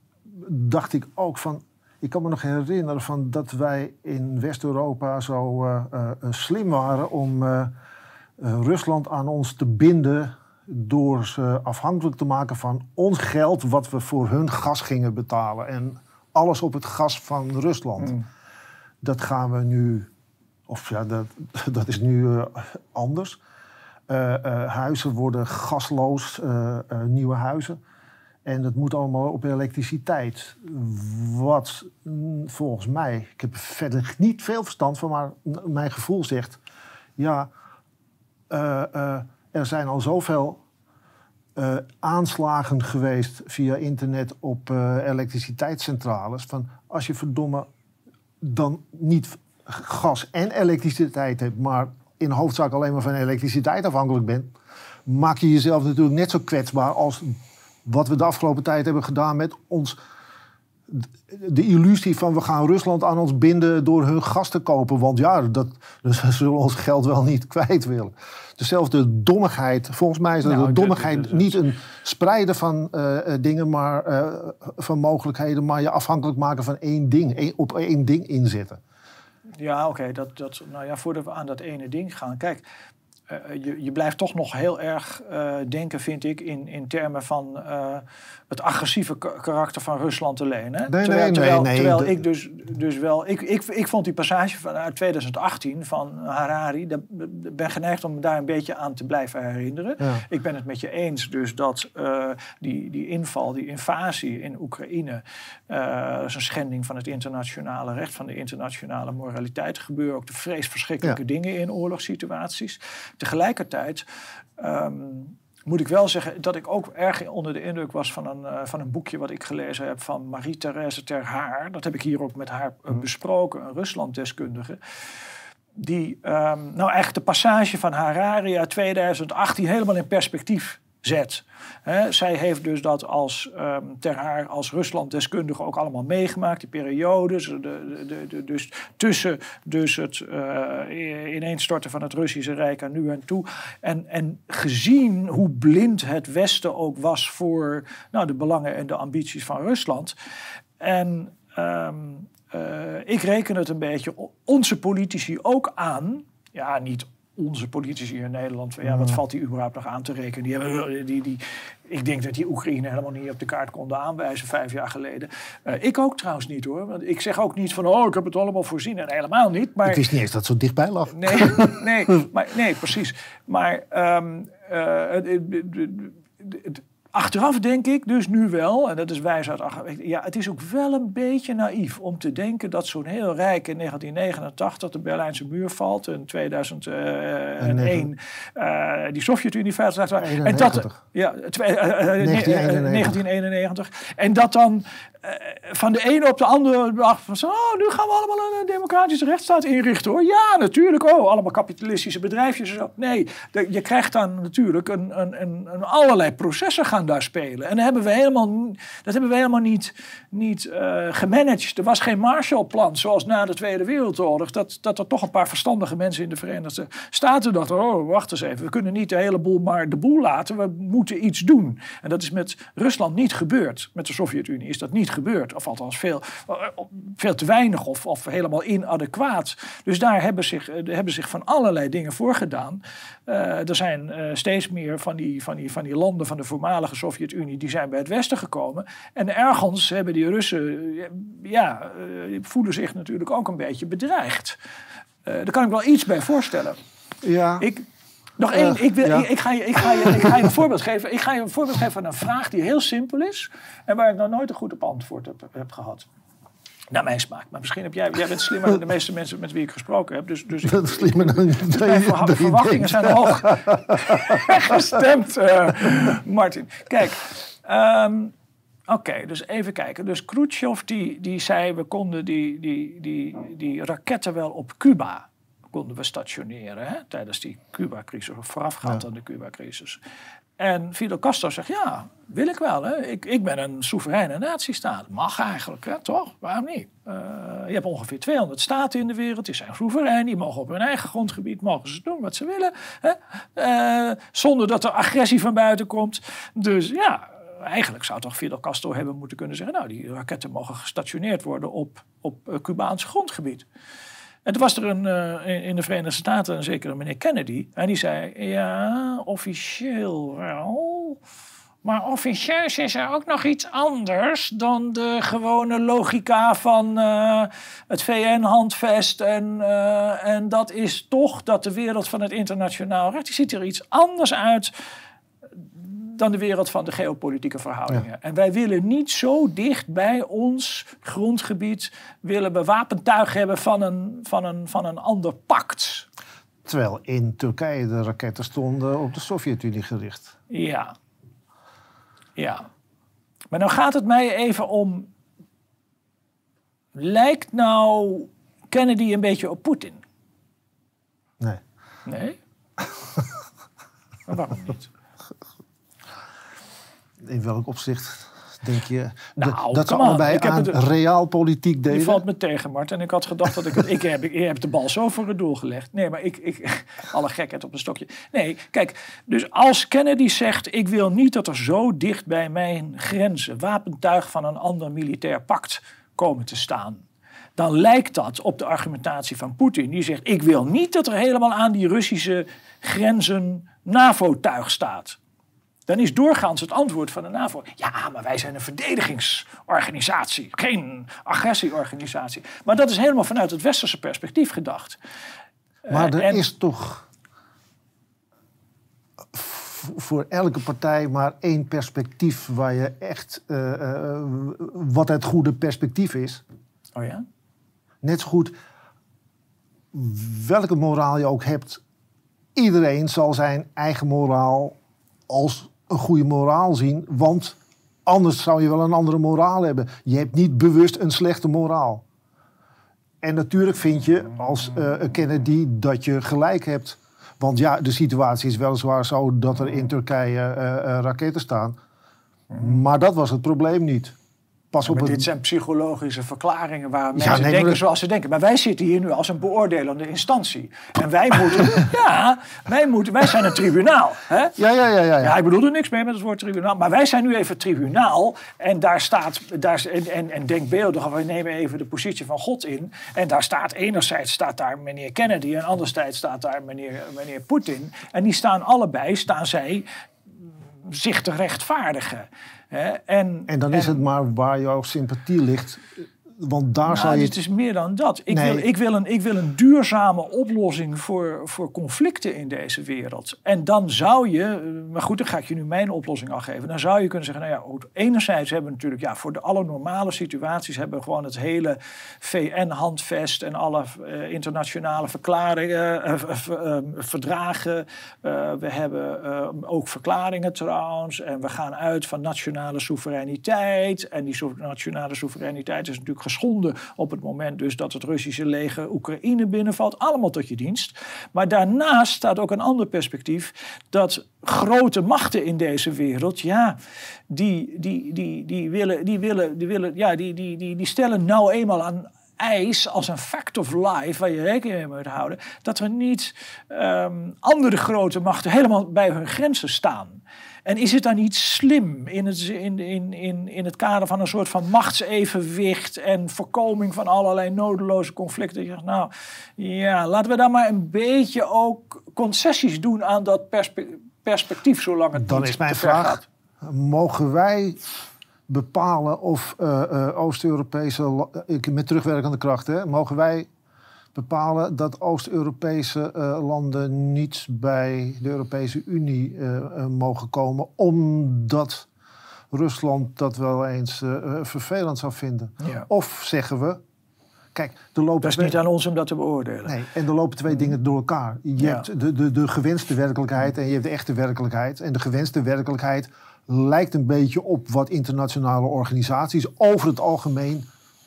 dacht ik ook van, ik kan me nog herinneren van dat wij in West-Europa zo uh, uh, slim waren om uh, uh, Rusland aan ons te binden door ze afhankelijk te maken van ons geld wat we voor hun gas gingen betalen. En alles op het gas van Rusland. Mm. Dat gaan we nu, of ja, dat, dat is nu uh, anders. Uh, uh, huizen worden gasloos, uh, uh, nieuwe huizen. En dat moet allemaal op elektriciteit. Wat mm, volgens mij, ik heb er verder niet veel verstand van, maar n- mijn gevoel zegt, ja, uh, uh, er zijn al zoveel uh, aanslagen geweest via internet op uh, elektriciteitscentrales. Van als je verdomme dan niet gas en elektriciteit hebt, maar in hoofdzaak alleen maar van elektriciteit afhankelijk bent, maak je jezelf natuurlijk net zo kwetsbaar als wat we de afgelopen tijd hebben gedaan met ons, de illusie van we gaan Rusland aan ons binden door hun gas te kopen. Want ja, dat, dus we zullen ons geld wel niet kwijt willen. Dezelfde dommigheid. Volgens mij is dat nou, de dommigheid dat, dat, dat, niet een spreiden van uh, dingen, maar uh, van mogelijkheden, maar je afhankelijk maken van één ding. Één, op één ding inzetten. Ja, oké. Okay, dat, dat, nou ja, voordat we aan dat ene ding gaan. Kijk, Uh, je, je blijft toch nog heel erg uh, denken, vind ik, in, in termen van uh, het agressieve k- karakter van Rusland alleen. Hè? Nee, terwijl nee, terwijl, nee, terwijl nee, ik dus, dus wel... Ik, ik, ik vond die passage van, uit twintig achttien van Harari, daar ben geneigd om me daar een beetje aan te blijven herinneren. Ja. Ik ben het met je eens dus dat uh, die, die inval, die invasie in Oekraïne, uh, is een schending van het internationale recht, van de internationale moraliteit. Er gebeuren ook de vreesverschrikkelijke ja. dingen in oorlogssituaties. Tegelijkertijd um, moet ik wel zeggen dat ik ook erg onder de indruk was van een, uh, van een boekje wat ik gelezen heb van Marie-Thérèse Ter Haar. Dat heb ik hier ook met haar uh, besproken, een Ruslanddeskundige. Die um, nou eigenlijk de passage van Harari uit twintig achttien helemaal in perspectief zet. He, zij heeft dus dat als um, Ter Haar als Ruslanddeskundige ook allemaal meegemaakt, die periodes, de, de, de, de, dus tussen dus het uh, ineenstorten van het Russische Rijk aan nu en toe. En, en gezien hoe blind het Westen ook was voor nou, de belangen en de ambities van Rusland. En um, uh, ik reken het een beetje onze politici ook aan, ja, niet onze politici in Nederland, ja, wat valt die überhaupt nog aan te rekenen? Die hebben, die, die, ik denk dat die Oekraïne helemaal niet op de kaart konden aanwijzen vijf jaar geleden. Uh, ik ook trouwens niet hoor. Want ik zeg ook niet van, oh, ik heb het allemaal voorzien. En helemaal niet. Maar, ik wist niet eens dat het zo dichtbij lag. Nee, nee, maar, nee precies. Maar um, uh, het, het, het, achteraf denk ik dus nu wel, en dat is wijsheid, ja, het is ook wel een beetje naïef om te denken dat zo'n heel rijk in negentien negenentachtig de Berlijnse muur valt, in tweeduizend één uh, die Sovjet-Unie veilig staat. En dat, ja, twee, uh, negentien eenennegentig. En dat dan uh, van de ene op de andere dag van, oh, nu gaan we allemaal een democratische rechtsstaat inrichten hoor. Ja, natuurlijk. Oh, allemaal kapitalistische bedrijfjes en zo. Nee, de, je krijgt dan natuurlijk een, een, een, een allerlei processen gaan daar spelen. En dat hebben we helemaal, dat hebben we helemaal niet, niet uh, gemanaged. Er was geen Marshallplan, zoals na de Tweede Wereldoorlog. Dat, dat er toch een paar verstandige mensen in de Verenigde Staten dachten, oh, wacht eens even. We kunnen niet de hele boel maar de boel laten. We moeten iets doen. En dat is met Rusland niet gebeurd. Met de Sovjet-Unie is dat niet gebeurd. Of althans veel, veel te weinig of, of helemaal inadequaat. Dus daar hebben zich, hebben zich van allerlei dingen voor gedaan. Uh, er zijn uh, steeds meer van die, van, die, van die landen van de voormalige Sovjet-Unie, die zijn bij het Westen gekomen. En ergens hebben die Russen, ja, uh, voelen zich natuurlijk ook een beetje bedreigd. Uh, daar kan ik wel iets bij voorstellen. Ja. Ik, nog één, uh, ik, wil, ja. ik, ik, ga je, ik, ga je, ik ga je een voorbeeld geven. Ik ga je een voorbeeld geven van een vraag die heel simpel is en waar ik nog nooit een goed op antwoord heb, heb gehad. Naar mijn smaak. Maar misschien heb jij... Jij bent slimmer dan de meeste mensen met wie ik gesproken heb. Dus, dus dat is slimmer dan dus mijn ver, verwachtingen zijn hoog gestemd, uh, Martin. Kijk, um, oké, okay, dus even kijken. Dus Khrushchev die, die zei, we konden die, die, die, die raketten wel op Cuba konden we stationeren. Hè, tijdens die Cuba-crisis, of voorafgaand ja. aan de Cuba-crisis. En Fidel Castro zegt, ja, wil ik wel. Hè? Ik, ik ben een soevereine natiestaat. Mag eigenlijk, hè? Toch? Waarom niet? Uh, je hebt ongeveer tweehonderd staten in de wereld. Die zijn soeverein. Die mogen op hun eigen grondgebied mogen ze doen wat ze willen. Hè? Uh, zonder dat er agressie van buiten komt. Dus ja, eigenlijk zou toch Fidel Castro hebben moeten kunnen zeggen, nou, die raketten mogen gestationeerd worden op, op uh, Cubaans grondgebied. En toen was er een, uh, in de Verenigde Staten een zekere meneer Kennedy. En die zei, ja, officieel wel. Maar officieus is er ook nog iets anders dan de gewone logica van uh, het V N-handvest. En, uh, en dat is toch dat de wereld van het internationaal recht, die ziet er iets anders uit dan de wereld van de geopolitieke verhoudingen. Ja. En wij willen niet zo dicht bij ons grondgebied... willen we wapentuig hebben van een, van een, van een ander pact. Terwijl in Turkije de raketten stonden op de Sovjet-Unie gericht. Ja. Ja. Maar nou gaat het mij even om... Lijkt nou Kennedy een beetje op Poetin? Nee. Nee? Maar waarom niet? In welk opzicht denk je Nou, dat, dat ze come on. allebei Ik heb aan het- realpolitiek deden? Je valt me tegen, Mart. En ik had gedacht dat ik het... ik, heb, ik heb de bal zo voor het doel gelegd. Nee, maar ik... ik alle gekheid op een stokje. Nee, kijk. Dus als Kennedy zegt... ik wil niet dat er zo dicht bij mijn grenzen... wapentuig van een ander militair pact komen te staan... dan lijkt dat op de argumentatie van Poetin. Die zegt, ik wil niet dat er helemaal aan die Russische grenzen NAVO-tuig staat. Dan is doorgaans het antwoord van de NAVO... ja, maar wij zijn een verdedigingsorganisatie, geen agressieorganisatie. Maar dat is helemaal vanuit het westerse perspectief gedacht. Maar er Uh, en- is toch v- voor elke partij maar één perspectief... waar je echt uh, uh, wat het goede perspectief is. Oh ja? Net zo goed, welke moraal je ook hebt... iedereen zal zijn eigen moraal als een goede moraal zien... want anders zou je wel een andere moraal hebben. Je hebt niet bewust een slechte moraal. En natuurlijk vind je als uh, Kennedy dat je gelijk hebt. Want ja, de situatie is weliswaar zo dat er in Turkije uh, uh, raketten staan. Maar dat was het probleem niet. Pas op Maar het... dit zijn psychologische verklaringen waar Ja, mensen nee, maar denken dat- zoals ze denken. Maar wij zitten hier nu als een beoordelende instantie. En wij moeten... ja, wij, moeten, wij zijn een tribunaal. Hè? Ja, ja, ja, ja, ja. Ja, ik bedoel er niks mee met het woord tribunaal. Maar wij zijn nu even tribunaal. En daar staat... Daar, en, en, en denkbeeldig, we nemen even de positie van God in. En daar staat enerzijds staat daar meneer Kennedy... en anderzijds staat daar meneer, meneer Poetin. En die staan allebei, staan zij zich te rechtvaardigen. Hè? En, En dan is en- het maar waar jouw sympathie ligt. Want daar Nou, zal je... het is meer dan dat. Ik, Nee. wil, ik, wil, een, ik wil een duurzame oplossing voor, voor conflicten in deze wereld. En dan zou je, maar goed, dan ga ik je nu mijn oplossing al geven. Dan zou je kunnen zeggen, nou ja, goed, enerzijds hebben we natuurlijk, ja, voor de alle normale situaties hebben we gewoon het hele V N-handvest en alle uh, internationale verklaringen, uh, uh, uh, verdragen. Uh, we hebben uh, ook verklaringen trouwens. En we gaan uit van nationale soevereiniteit. En die so- nationale soevereiniteit is natuurlijk geschonden op het moment dus dat het Russische leger Oekraïne binnenvalt. Allemaal tot je dienst. Maar daarnaast staat ook een ander perspectief dat grote machten in deze wereld, ja, die, die, die, die willen, die willen, die willen, ja, die, die, die, die stellen nou eenmaal aan eis als een fact of life waar je rekening mee moet houden, dat er niet um, andere grote machten helemaal bij hun grenzen staan. En is het dan niet slim in het, in, in, in, in het kader van een soort van machtsevenwicht en voorkoming van allerlei nodeloze conflicten? Je zegt, nou ja, laten we dan maar een beetje ook concessies doen aan dat perspe- perspectief, zolang het Dan niet is mijn te ver vraag, gaat. mogen wij bepalen of uh, uh, Oost-Europese, la- ik met terugwerkende kracht, hè, mogen wij bepalen dat Oost-Europese uh, landen niet bij de Europese Unie uh, uh, mogen komen, omdat Rusland dat wel eens uh, uh, vervelend zou vinden? Ja. Of zeggen we, kijk, er lopen Dat is twee- niet aan ons om dat te beoordelen. Nee, en er lopen twee dingen door elkaar. Je Ja. hebt de, de, de gewenste werkelijkheid en je hebt de echte werkelijkheid. En de gewenste werkelijkheid lijkt een beetje op wat internationale organisaties over het algemeen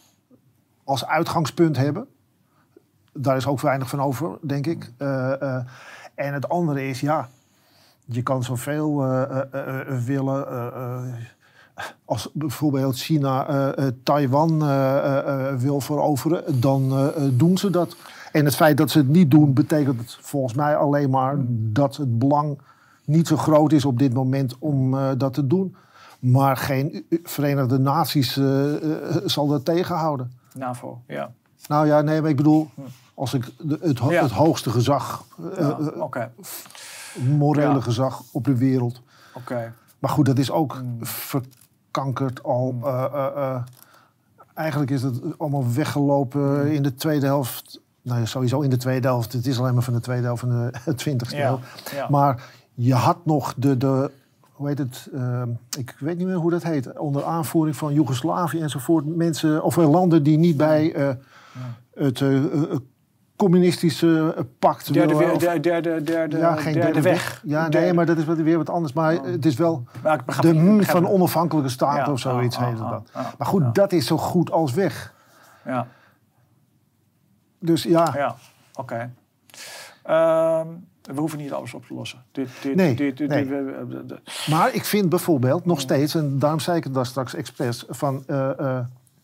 als uitgangspunt hebben. Daar is ook weinig van over, denk ik. Uh, uh, en het andere is, ja, je kan zoveel uh, uh, uh, willen. Uh, uh, als bijvoorbeeld China uh, uh, Taiwan uh, uh, wil veroveren, dan uh, uh, doen ze dat. En het feit dat ze het niet doen, betekent het volgens mij alleen maar dat het belang niet zo groot is op dit moment om uh, dat te doen. Maar geen Verenigde Naties uh, uh, zal dat tegenhouden. NAVO, ja. Nou ja, nee, maar ik bedoel, als ik de, het, ho- Ja. het hoogste gezag, uh, Ja, uh, Oké, okay. morele Ja. gezag op de wereld. oké. Okay. Maar goed, dat is ook verkankerd al. Uh, uh, uh, eigenlijk is het allemaal weggelopen in de tweede helft. Nou ja, sowieso in de tweede helft. Het is alleen maar van de tweede helft van de twintigste Ja, eeuw. ja. Maar je had nog de, de hoe heet het? Uh, ik weet niet meer hoe dat heet. Onder aanvoering van Joegoslavië enzovoort. Mensen, of uh, landen die niet bij uh, ja. het uh, uh, communistische uh, pact... Derde, willen, of, derde, derde, derde, ja, geen derde, derde weg. weg. Ja, derde. nee, maar dat is weer wat anders. Maar oh. het is wel maar ik begrijp, de ik m begrijp van het. onafhankelijke staat ja, of zoiets ah, heet ah, dat. ah, maar goed, ja. dat is zo goed als weg. Ja. Dus ja... ja. Oké. Okay. Um, we hoeven niet alles op te lossen. Dit, dit, nee, dit, dit, nee. Dit, uh, uh, uh, maar ik vind bijvoorbeeld nog steeds, en daarom zei ik het daar straks expres, van... Uh, uh,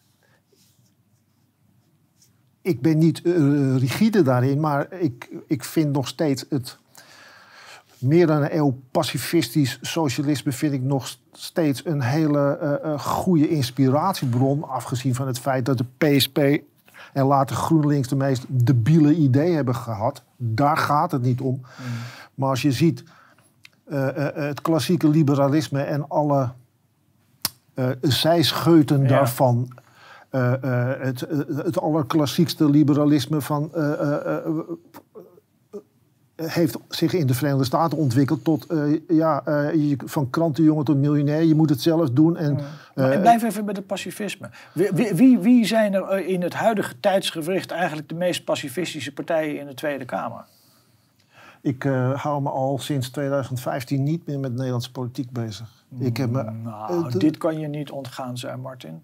ik ben niet uh, rigide daarin, maar ik, ik vind nog steeds het... meer dan een eeuw pacifistisch socialisme vind ik nog steeds een hele uh, uh, goede inspiratiebron. Afgezien van het feit dat de P S P en later GroenLinks de meest debiele ideeën hebben gehad. Daar gaat het niet om. Mm. Maar als je ziet uh, uh, het klassieke liberalisme en alle uh, zijscheuten ja. daarvan... Uh, uh, het, uh, het allerklassiekste liberalisme van... Uh, uh, uh, heeft zich in de Verenigde Staten ontwikkeld tot uh, ja, uh, van krantenjongen tot miljonair. Je moet het zelf doen. En, uh, maar ik blijf even bij het pacifisme. Wie, wie, wie zijn er in het huidige tijdsgewricht eigenlijk de meest pacifistische partijen in de Tweede Kamer? Ik uh, hou me al sinds tweeduizend vijftien niet meer met Nederlandse politiek bezig. Mm, ik heb me, nou, uh, dit kan je niet ontgaan zijn, Martin.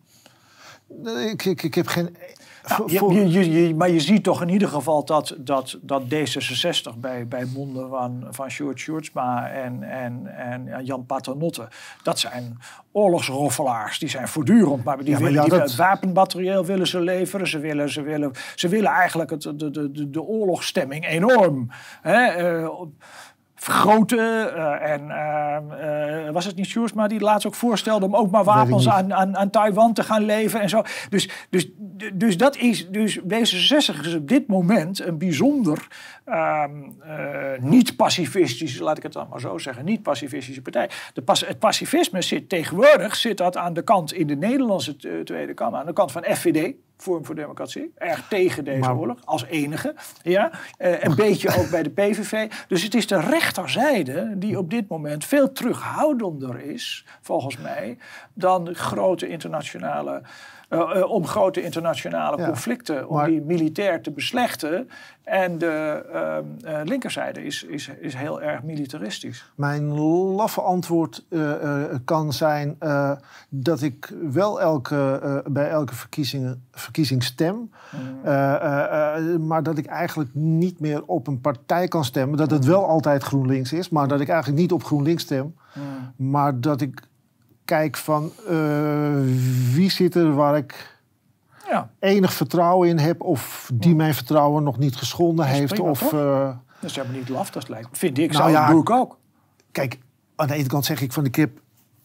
Ik, ik, ik heb geen... Nou, je, je, je, je, maar je ziet toch in ieder geval dat, dat, dat D zesenzestig bij, bij monden van, van Sjoerd Sjoerdsma en, en, en Jan Paternotte... dat zijn oorlogsroffelaars. Die zijn voortdurend, maar die, ja, maar willen, ja, die dat... het wapenmaterieel willen ze leveren. Ze willen, ze willen, ze willen eigenlijk het, de, de, de, de oorlogsstemming enorm... Hè, uh, vergroten. Uh, en uh, uh, was het niet Sjoerdsma die laatst ook voorstelde om ook maar wapens aan, aan, aan Taiwan te gaan leveren en zo. Dus, dus, dus dat is, dus D zesenzestig is op dit moment een bijzonder uh, uh, niet-pacifistische, laat ik het dan maar zo zeggen, niet-pacifistische partij. De pas, het pacifisme zit tegenwoordig, zit dat aan de kant in de Nederlandse uh, Tweede Kamer, aan de kant van F V D. Forum voor Democratie, erg tegen deze maar... oorlog, als enige. Ja? Uh, een beetje ook bij de P V V. Dus het is de rechterzijde die op dit moment veel terughoudender is, volgens mij, dan grote internationale... Uh, uh, om grote internationale ja, conflicten, om maar... die militair te beslechten. En de uh, uh, linkerzijde is, is, is heel erg militaristisch. Mijn laffe antwoord uh, uh, kan zijn uh, dat ik wel elke, uh, bij elke verkiezing, verkiezing stem. Mm. Uh, uh, uh, maar dat ik eigenlijk niet meer op een partij kan stemmen. Dat het wel altijd GroenLinks is, maar dat ik eigenlijk niet op GroenLinks stem. Mm. Maar dat ik... kijk van uh, wie zit er waar ik ja. enig vertrouwen in heb... of die ja. mijn vertrouwen nog niet geschonden heeft. Prima, of, uh, dat is helemaal niet laf, dat lijkt me. Vind ik, nou zo ja, doe ik ook. Kijk, aan de ene kant zeg ik van de kip...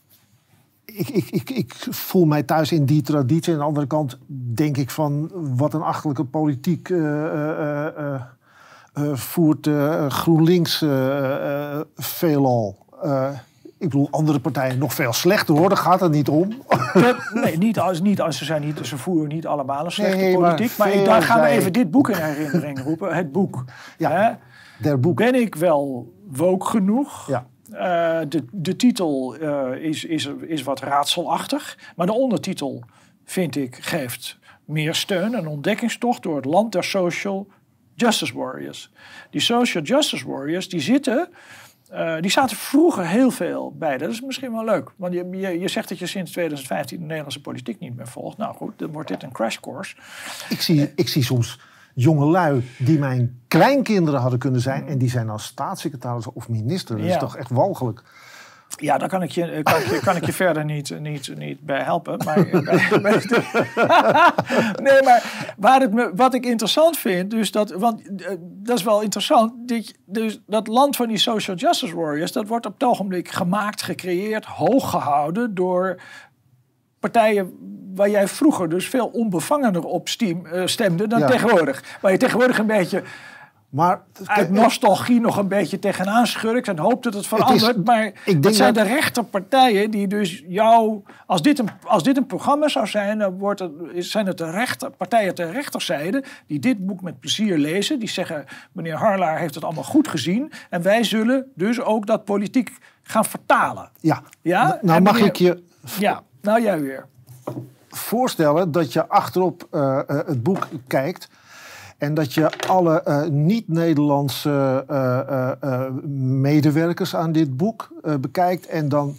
Ik, ik, ik, ik voel mij thuis in die traditie. Aan de andere kant denk ik van... wat een achterlijke politiek uh, uh, uh, uh, voert uh, GroenLinks uh, uh, veelal... Uh, Ik bedoel, andere partijen nog veel slechter hoor, daar gaat het niet om. Nee, niet als, niet als ze zijn niet, ze voeren niet allemaal een slechte nee, politiek. Maar, maar ik, daar gaan we even dit boek in herinnering roepen. Het boek. Ja, hè? Der boek. Ben ik wel woke genoeg? Ja. Uh, de, de titel uh, is, is, is wat raadselachtig. Maar de ondertitel, vind ik, geeft meer steun. Een ontdekkingstocht door het land der social justice warriors. Die social justice warriors, die zitten... Uh, die zaten vroeger heel veel bij. Dat is misschien wel leuk. Want je, je, je zegt dat je sinds tweeduizend vijftien de Nederlandse politiek niet meer volgt. Nou goed, dan wordt dit een crash course. Ik zie, uh, ik zie soms jongelui die mijn kleinkinderen hadden kunnen zijn... en die zijn dan staatssecretaris of minister. Dat ja. is toch echt walgelijk. Ja, daar kan ik je, kan ik je, kan ik je verder niet, niet, niet bij helpen. Maar, bij, bij nee, maar waar het me, wat ik interessant vind... Dus dat, want uh, dat is wel interessant. Dit, dus dat land van die social justice warriors... dat wordt op het ogenblik gemaakt, gecreëerd... hoog gehouden door partijen... waar jij vroeger dus veel onbevangener op steam, uh, stemde dan ja. tegenwoordig. Waar je tegenwoordig een beetje... Maar uit nostalgie nog een beetje tegenaan schurkt en hoopt dat het verandert. Het is, maar het zijn dat... de rechterpartijen die dus jou... Als dit, een, als dit een programma zou zijn, dan wordt het, zijn het de rechter, partijen ter rechterzijde die dit boek met plezier lezen. Die zeggen, meneer Harlaar heeft het allemaal goed gezien. En wij zullen dus ook dat politiek gaan vertalen. Ja, ja? nou mag meneer, ik je... Ja, nou jij weer. Voorstellen dat je achterop uh, uh, het boek kijkt... En dat je alle uh, niet-Nederlandse uh, uh, uh, medewerkers aan dit boek uh, bekijkt. En dan,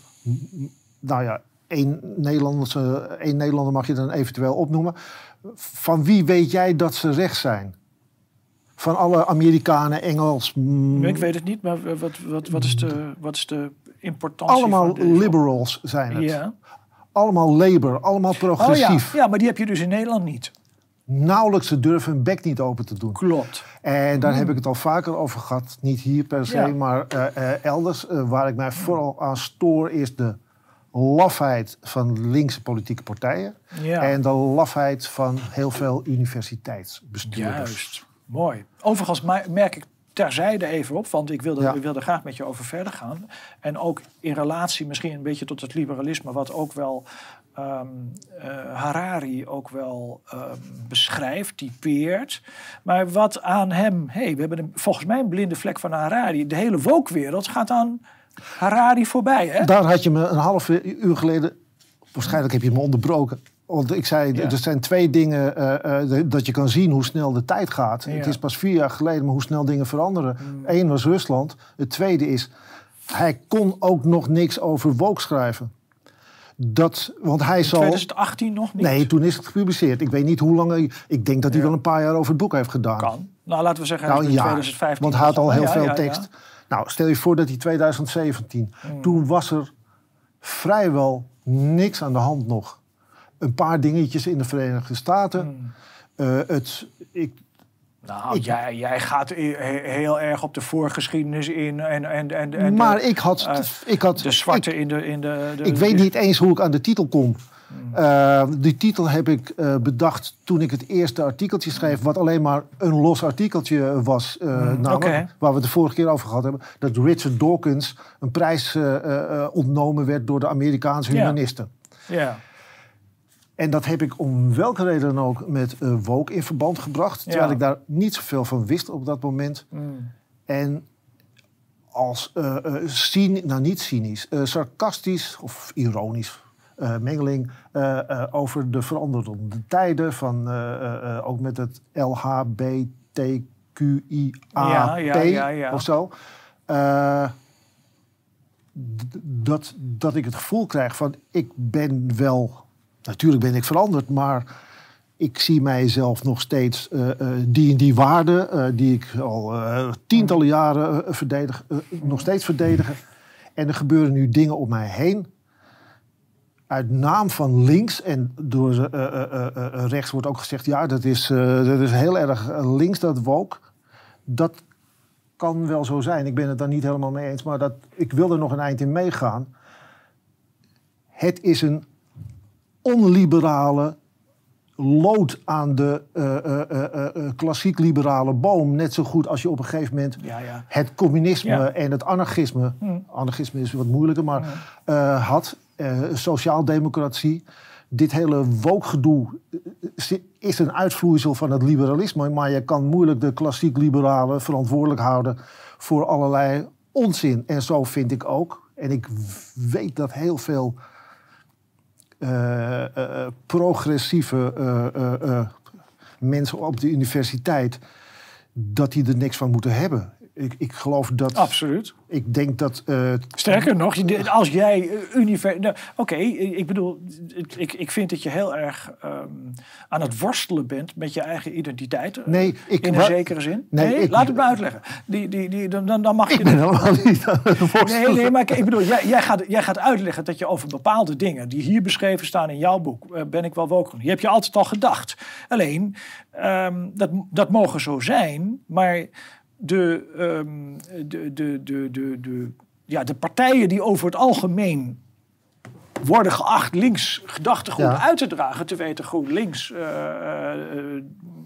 nou ja, één, Nederlandse, één Nederlander mag je dan eventueel opnoemen. Van wie weet jij dat ze rechts zijn? Van alle Amerikanen, Engels... Mm, ik weet het niet, maar wat, wat, wat, is, de, wat is de importantie allemaal van deze? liberals zijn het. Ja. Allemaal Labour, allemaal progressief. Oh ja. ja, maar die heb je dus in Nederland niet. Nauwelijks, ze durven hun bek niet open te doen. Klopt. En daar mm. heb ik het al vaker over gehad. Niet hier per se, ja. maar uh, uh, elders. Uh, waar ik mij vooral aan stoor is de lafheid van linkse politieke partijen. Ja. En de lafheid van heel veel universiteitsbestuurders. Juist, mooi. Overigens merk ik terzijde even op, want ik wilde, ja. ik wilde graag met je over verder gaan. En ook in relatie misschien een beetje tot het liberalisme, wat ook wel... Um, uh, Harari ook wel um, beschrijft, typeert. Maar wat aan hem... Hey, we hebben een, volgens mij een blinde vlek van Harari. De hele woke-wereld gaat aan Harari voorbij. Hè? Daar had je me een half uur geleden... Waarschijnlijk heb je me onderbroken. Want ik zei, ja. er zijn twee dingen... Uh, uh, dat je kan zien hoe snel de tijd gaat. Ja. Het is pas vier jaar geleden, maar hoe snel dingen veranderen. Mm. Eén was Rusland. Het tweede is... Hij kon ook nog niks over woke schrijven. Dat, want hij in zal... twintig achttien nog niet? Nee, toen is het gepubliceerd. Ik weet niet hoe lang... Hij, ik denk dat hij ja. wel een paar jaar over het boek heeft gedaan. Kan. Nou, laten we zeggen nou, in ja, twintig vijftien. Want hij had al heel ja, veel ja, tekst. Ja. Nou, stel je voor dat hij twintig zeventien... Hmm. Toen was er vrijwel niks aan de hand nog. Een paar dingetjes in de Verenigde Staten. Hmm. Uh, het... Ik, Nou, ik, jij, jij gaat heel erg op de voorgeschiedenis in. En, en, en, en maar de, ik had, uh, ik had... De zwarte ik, in de... In de, de ik weet de, niet eens hoe ik aan de titel kom. Hmm. Uh, die titel heb ik uh, bedacht toen ik het eerste artikeltje schreef... wat alleen maar een los artikeltje was. Uh, hmm. namelijk, okay. Waar we het de vorige keer over gehad hebben. Dat Richard Dawkins een prijs uh, uh, ontnomen werd door de Amerikaanse humanisten. Ja. Yeah. En dat heb ik om welke reden dan ook met uh, woke in verband gebracht. Terwijl ja. ik daar niet zoveel van wist op dat moment. Mm. En als uh, uh, cynisch, nou niet cynisch, uh, sarcastisch of ironisch uh, mengeling uh, uh, over de veranderende tijden. Van, uh, uh, ook met het L H B T Q I A P ja, ja, ja, ja. of zo. Uh, d- dat, dat ik het gevoel krijg van ik ben wel... Natuurlijk ben ik veranderd, maar ik zie mijzelf nog steeds uh, uh, die en die waarden... Uh, die ik al uh, tientallen jaren uh, verdedig, uh, nog steeds verdedigen. En er gebeuren nu dingen om mij heen... uit naam van links. En door uh, uh, uh, uh, rechts wordt ook gezegd... ja, dat is, uh, dat is heel erg links, dat woke. Dat kan wel zo zijn. Ik ben het daar niet helemaal mee eens. Maar dat, ik wil er nog een eind in meegaan. Het is een... onliberale lood aan de uh, uh, uh, uh, klassiek liberale boom. Net zo goed als je op een gegeven moment ja, ja. het communisme ja. en het anarchisme... Hmm. Anarchisme is wat moeilijker, maar hmm. uh, had. Uh, sociaaldemocratie. Dit hele woke-gedoe is een uitvloeisel van het liberalisme. Maar je kan moeilijk de klassiek liberale verantwoordelijk houden voor allerlei onzin. En zo vind ik ook. En ik weet dat heel veel... Uh, uh, progressieve uh, uh, uh, mensen op de universiteit... dat die er niks van moeten hebben. Ik, ik geloof dat... Absoluut. Ik denk dat... Uh, Sterker nog, als jij universiteit... Nou, Oké, okay, ik bedoel, ik, ik vind dat je heel erg um, aan het worstelen bent met je eigen identiteit. Nee, ik... In een zekere zin. Nee, nee ik, laat het me uitleggen. Die, die, die, dan, dan mag ik je... ben helemaal niet aan het worstelen. Nee, nee, maar ik bedoel, jij, jij, gaat, jij gaat uitleggen dat je over bepaalde dingen... die hier beschreven staan in jouw boek, uh, ben ik wel woke. Die heb je altijd al gedacht. Alleen, um, dat, dat mogen zo zijn, maar... De, um, de, de, de, de, de, ja, de partijen die over het algemeen worden geacht links gedachtegoed ja. uit te dragen, te weten GroenLinks, uh, uh,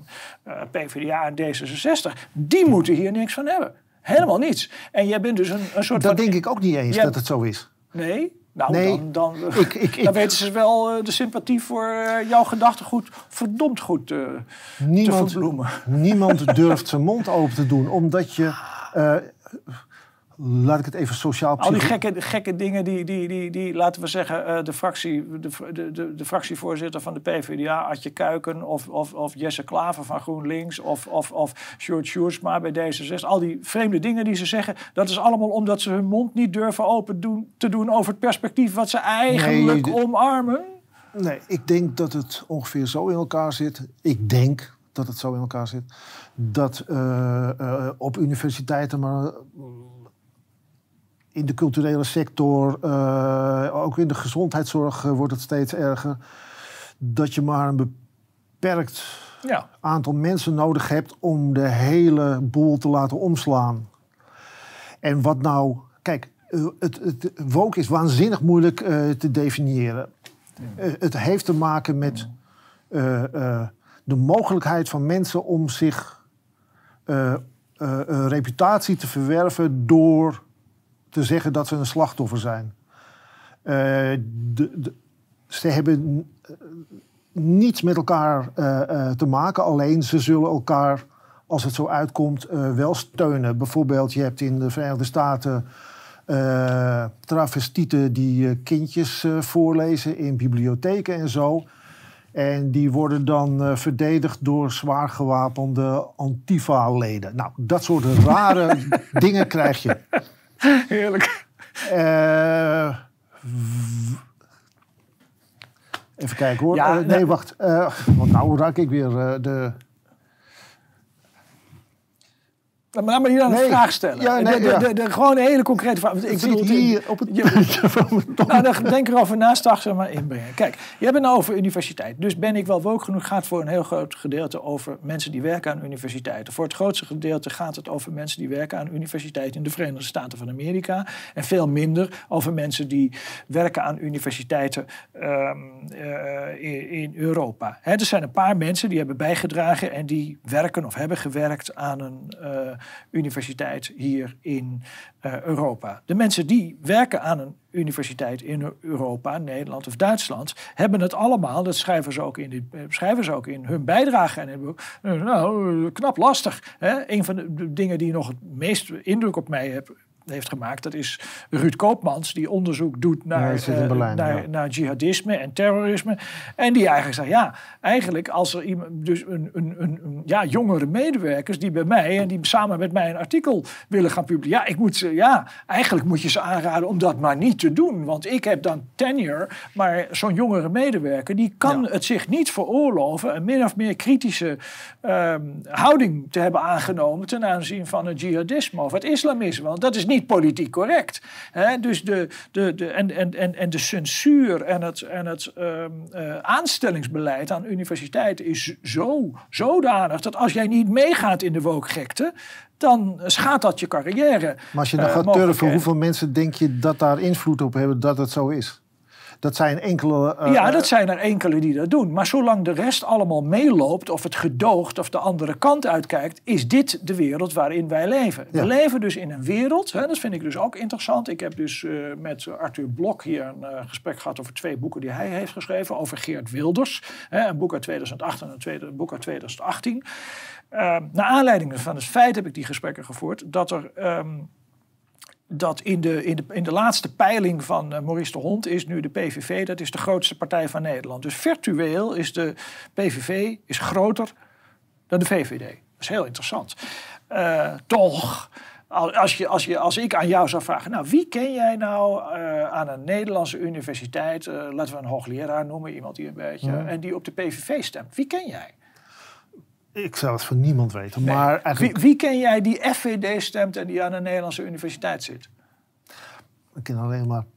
uh, PvdA en D zesenzestig, die moeten hier niks van hebben. Helemaal niets. En jij bent dus een, een soort... Dat van, denk ik ook niet eens, jij, dat het zo is. Nee? Nou, nee, dan, dan, ik, ik, dan weten ze wel uh, de sympathie voor uh, jouw gedachtegoed verdomd goed uh, niemand, te verbloemen. Niemand durft zijn mond open te doen, omdat je... Uh, laat ik het even sociaal... Al die gekke, gekke dingen die, die, die, die, laten we zeggen, uh, de, fractie, de, de, de, de fractievoorzitter van de PvdA, Adje Kuiken, of, of, of Jesse Klaver van GroenLinks, of, of, of Sjoerd Sjoerdsma bij D zesenzestig. Al die vreemde dingen die ze zeggen, dat is allemaal omdat ze hun mond niet durven open doen, te doen over het perspectief wat ze eigenlijk nee, omarmen. Nee, ik denk dat het ongeveer zo in elkaar zit. Ik denk dat het zo in elkaar zit. Dat uh, uh, op universiteiten, maar... in de culturele sector, uh, ook in de gezondheidszorg uh, wordt het steeds erger. Dat je maar een beperkt ja. aantal mensen nodig hebt om de hele boel te laten omslaan. En wat nou... Kijk, uh, het, het woke is waanzinnig moeilijk uh, te definiëren. Uh, het heeft te maken met uh, uh, de mogelijkheid van mensen om zich uh, uh, een reputatie te verwerven door... te zeggen dat ze een slachtoffer zijn. Uh, de, de, ze hebben niets met elkaar uh, uh, te maken. Alleen ze zullen elkaar, als het zo uitkomt, uh, wel steunen. Bijvoorbeeld, je hebt in de Verenigde Staten... Uh, travestieten die uh, kindjes uh, voorlezen in bibliotheken en zo. En die worden dan uh, verdedigd door zwaar gewapende Antifa-leden. Nou, dat soort rare dingen krijg je. Heerlijk. Uh, even kijken hoor. Ja, uh, nee, wacht. Uh, want nou raak ik weer uh, de... Maar laat me hier dan nee. een vraag stellen. Ja, nee, de, de, de, de, gewoon een hele concrete vraag. Ik bedoel, hier op het puntje van mijn tong. Nou, dan denk erover na, straks er maar inbrengen. Kijk, jij bent nou over universiteit. Dus ben ik wel woke genoeg, gaat voor een heel groot gedeelte over mensen die werken aan universiteiten. Voor het grootste gedeelte gaat het over mensen die werken aan universiteiten in de Verenigde Staten van Amerika. En veel minder over mensen die werken aan universiteiten um, uh, in, in Europa. Hè, er zijn een paar mensen die hebben bijgedragen en die werken of hebben gewerkt aan een... Uh, universiteit hier in uh, Europa. De mensen die werken aan een universiteit in Europa, Nederland of Duitsland, hebben het allemaal, dat schrijven ze ook in, dit, schrijven ze ook in hun bijdrage en in het boek, nou, knap lastig. Hè? Een van de dingen die nog het meest indruk op mij heeft, heeft gemaakt, dat is Ruud Koopmans, die onderzoek doet naar, ja, uh, Berlijn, naar, ja. naar jihadisme en terrorisme. En die eigenlijk zegt, ja, eigenlijk als er iemand, dus een, een, een, een ja, jongere medewerkers die bij mij en die samen met mij een artikel willen gaan publiceren. Ja, ik moet ze, ja, eigenlijk moet je ze aanraden om dat maar niet te doen. Want ik heb dan tenure, maar zo'n jongere medewerker, die kan ja. het zich niet veroorloven een min of meer kritische um, houding te hebben aangenomen ten aanzien van het jihadisme of het islamisme. Want dat is niet niet politiek correct. He, dus de, de, de, en, en, en de censuur en het, en het um, uh, aanstellingsbeleid aan universiteiten is zo zodanig dat als jij niet meegaat in de woke-gekte, dan schaadt dat je carrière. Maar als je dan uh, gaat turven, hoeveel mensen denk je dat daar invloed op hebben dat het zo is? Dat zijn enkele... Uh, ja, dat zijn er enkele die dat doen. Maar zolang de rest allemaal meeloopt of het gedoogt of de andere kant uitkijkt, is dit de wereld waarin wij leven. Ja. We leven dus in een wereld, hè, dat vind ik dus ook interessant. Ik heb dus uh, met Arthur Blok hier een uh, gesprek gehad over twee boeken die hij heeft geschreven. Over Geert Wilders, hè, een boek uit tweeduizend acht en een, tweede, een boek uit tweeduizend achttien. Uh, naar aanleiding van het feit heb ik die gesprekken gevoerd dat er... Um, dat in de, in, de, in de laatste peiling van uh, Maurice de Hond is nu de P V V, dat is de grootste partij van Nederland. Dus virtueel is de P V V is groter dan de V V D. Dat is heel interessant. Uh, toch, als, je, als, je, als ik aan jou zou vragen, nou wie ken jij nou uh, aan een Nederlandse universiteit, uh, laten we een hoogleraar noemen, iemand die een beetje, ja. en die op de P V V stemt. Wie ken jij? Ik zou het van niemand weten. Nee. Maar eigenlijk... wie, wie ken jij die F V D stemt en die aan een Nederlandse universiteit zit? Ik ken alleen maar...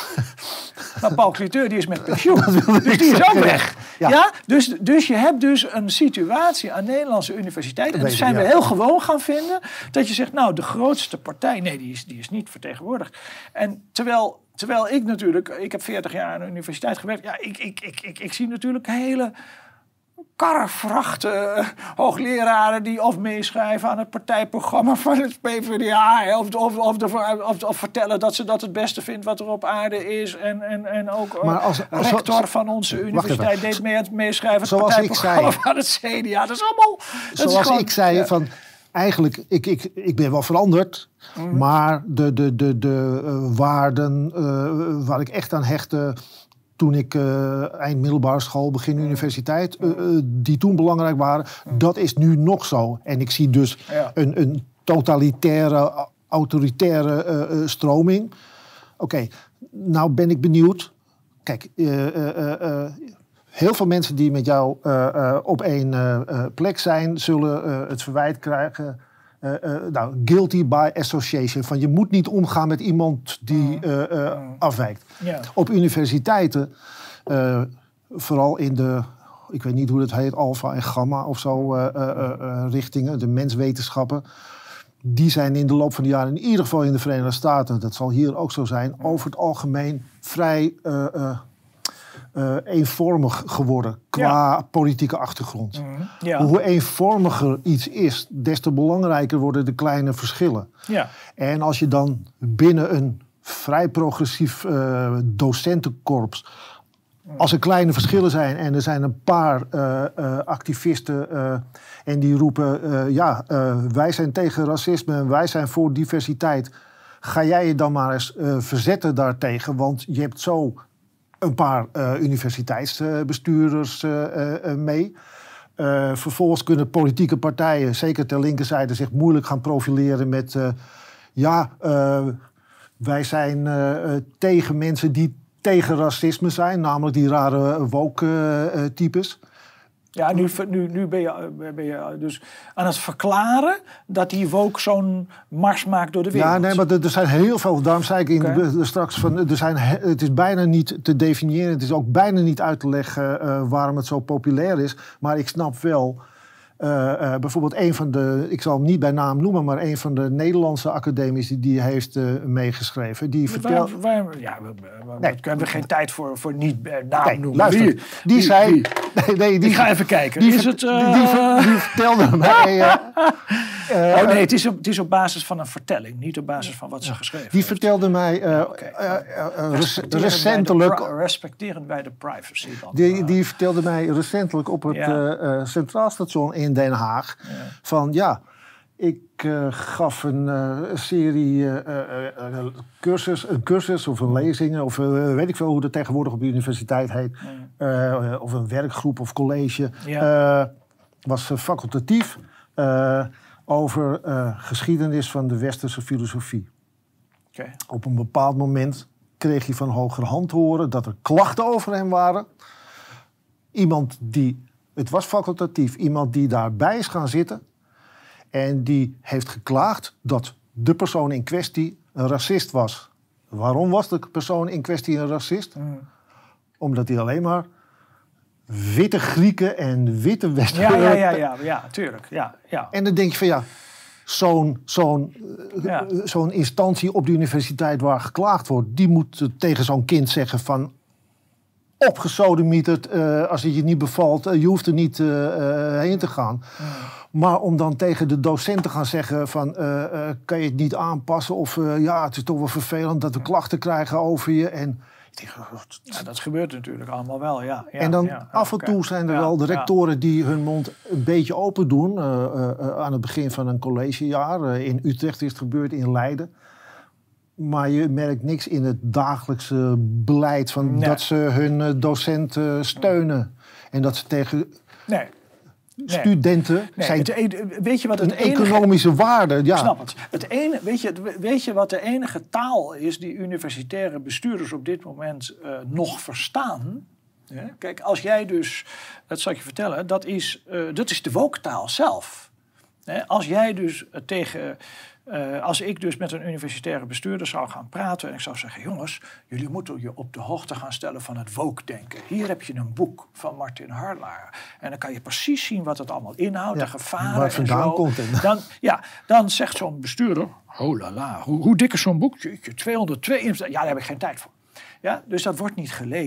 Maar Paul Cliteur, die is met pensioen. Dus die is ook weg. Ja. Ja? Dus, dus je hebt dus een situatie aan Nederlandse universiteiten. En dat zijn ja. we heel gewoon gaan vinden. Dat je zegt, nou, de grootste partij... Nee, die is, die is niet vertegenwoordigd. En terwijl, terwijl ik natuurlijk... Ik heb veertig jaar aan de universiteit gewerkt. Ja, ik, ik, ik, ik, ik zie natuurlijk hele... karrevrachten uh, hoogleraren die of meeschrijven aan het partijprogramma van het P v d A. Of, of, of, de, of, of vertellen dat ze dat het beste vindt wat er op aarde is. En, en, en ook uh, als, als, rector als, van onze universiteit deed mee aan het meeschrijven het zoals partijprogramma ik zei, van het C D A. Dat is allemaal... Dat zoals is gewoon, ik zei, ja. van, eigenlijk, ik, ik, ik ben wel veranderd. Mm. Maar de, de, de, de uh, waarden uh, waar ik echt aan hechtte... toen ik uh, eind middelbare school, begin universiteit... Uh, uh, die toen belangrijk waren, dat is nu nog zo. En ik zie dus ja. een, een totalitaire, autoritaire uh, uh, stroming. Oké, okay, nou ben ik benieuwd. Kijk, uh, uh, uh, uh, heel veel mensen die met jou uh, uh, op één uh, uh, plek zijn... zullen uh, het verwijt krijgen... Uh, uh, nou, guilty by association. Van je moet niet omgaan met iemand die uh, uh, afwijkt. Yeah. Op universiteiten, uh, vooral in de, ik weet niet hoe het heet, alfa en gamma of zo, uh, uh, uh, richtingen, de menswetenschappen. Die zijn in de loop van de jaren, in ieder geval in de Verenigde Staten, dat zal hier ook zo zijn, over het algemeen vrij uh, uh, uh, eenvormig geworden qua ja. politieke achtergrond. Mm, ja. Hoe eenvormiger iets is, des te belangrijker worden de kleine verschillen. Ja. En als je dan binnen een vrij progressief uh, docentenkorps, mm. als er kleine verschillen zijn en er zijn een paar uh, uh, activisten uh, en die roepen, uh, ja, uh, wij zijn tegen racisme en wij zijn voor diversiteit. Ga jij je dan maar eens uh, verzetten daartegen, want je hebt zo een paar uh, universiteitsbestuurders uh, uh, mee. Uh, vervolgens kunnen politieke partijen, zeker ter linkerzijde, zich moeilijk gaan profileren met... Uh, ja, uh, wij zijn uh, tegen mensen die tegen racisme zijn, namelijk die rare woke-types. Uh, Ja, nu, nu, nu ben, je, ben je dus aan het verklaren dat die woke zo'n mars maakt door de wereld. Ja, nee, maar er, er zijn heel veel, daarom zei ik in okay. de, straks van, er zijn, het is bijna niet te definiëren, het is ook bijna niet uit te leggen uh, waarom het zo populair is. Maar ik snap wel, uh, uh, bijvoorbeeld een van de, ik zal hem niet bij naam noemen, maar een van de Nederlandse academici die heeft uh, meegeschreven. Die vertelt. Waar, waar, ja, we, we, nee. we hebben geen tijd voor, voor niet uh, naam nee, noemen. Luister, die, die, die zei. Die, nee, nee, die, ik ga even kijken. Die, is het, uh... die, die, die vertelde mij. Uh, uh, oh nee, het is, op, het is op basis van een vertelling, niet op basis van wat ze geschreven Die heeft. vertelde mij uh, okay. uh, uh, uh, recentelijk. Respecterend bij de, respecterend bij de privacy. Dan, die, uh, die vertelde mij recentelijk op het ja. uh, uh, Centraal Station in Den Haag. Ja. Van ja, ik uh, gaf een uh, serie uh, uh, uh, cursus, een cursus of een lezing, of uh, weet ik veel hoe dat tegenwoordig op de universiteit heet. Ja. Uh, of een werkgroep of college. Ja. Uh, was uh, facultatief. Uh, over uh, geschiedenis van de westerse filosofie. Okay. Op een bepaald moment kreeg hij van hogerhand te horen dat er klachten over hem waren. Iemand die, het was facultatief, iemand die daarbij is gaan zitten en die heeft geklaagd dat de persoon in kwestie een racist was. Waarom was de persoon in kwestie een racist? Mm. Omdat hij alleen maar witte Grieken en witte West-Europeanen... Ja, ja, ja, ja, ja, tuurlijk. Ja, ja. En dan denk je van ja, zo'n, zo'n, ja. zo'n instantie op de universiteit waar geklaagd wordt, die moet tegen zo'n kind zeggen van opgesodemieterd, uh, als het je niet bevalt, uh, je hoeft er niet uh, uh, heen te gaan. Ja. Maar om dan tegen de docent te gaan zeggen van uh, uh, kan je het niet aanpassen of uh, ja, het is toch wel vervelend dat we klachten krijgen over je en... Ja, dat gebeurt natuurlijk allemaal wel, ja. ja en dan ja, af en toe zijn er ja, wel de rectoren ja. die hun mond een beetje open doen. Uh, uh, aan het begin van een collegejaar. Uh, in Utrecht is het gebeurd, in Leiden. Maar je merkt niks in het dagelijkse beleid van nee. dat ze hun uh, docenten steunen. Nee. En dat ze tegen... Nee. Studenten nee, zijn het, weet je wat het een enige, economische waarde. Ja. Ik snap het. het ene, weet, je, weet je wat de enige taal is die universitaire bestuurders op dit moment uh, nog verstaan? Ja? Kijk, als jij dus, dat zal ik je vertellen, dat is, uh, dat is de woke-taal zelf. Ja? Als jij dus uh, tegen... Uh, als ik dus met een universitaire bestuurder zou gaan praten en ik zou zeggen, jongens, jullie moeten je op de hoogte gaan stellen van het woke-denken. Hier heb je een boek van Martin Harlaer. En dan kan je precies zien wat het allemaal inhoudt, ja, de gevaren waar het vandaan en zo. Komt en... Dan, ja, dan zegt zo'n bestuurder, oh la la, hoe, hoe dik is zo'n boek? tweehonderdtweeënveertig, ja, daar heb ik geen tijd voor. Ja, dus dat wordt niet gelezen.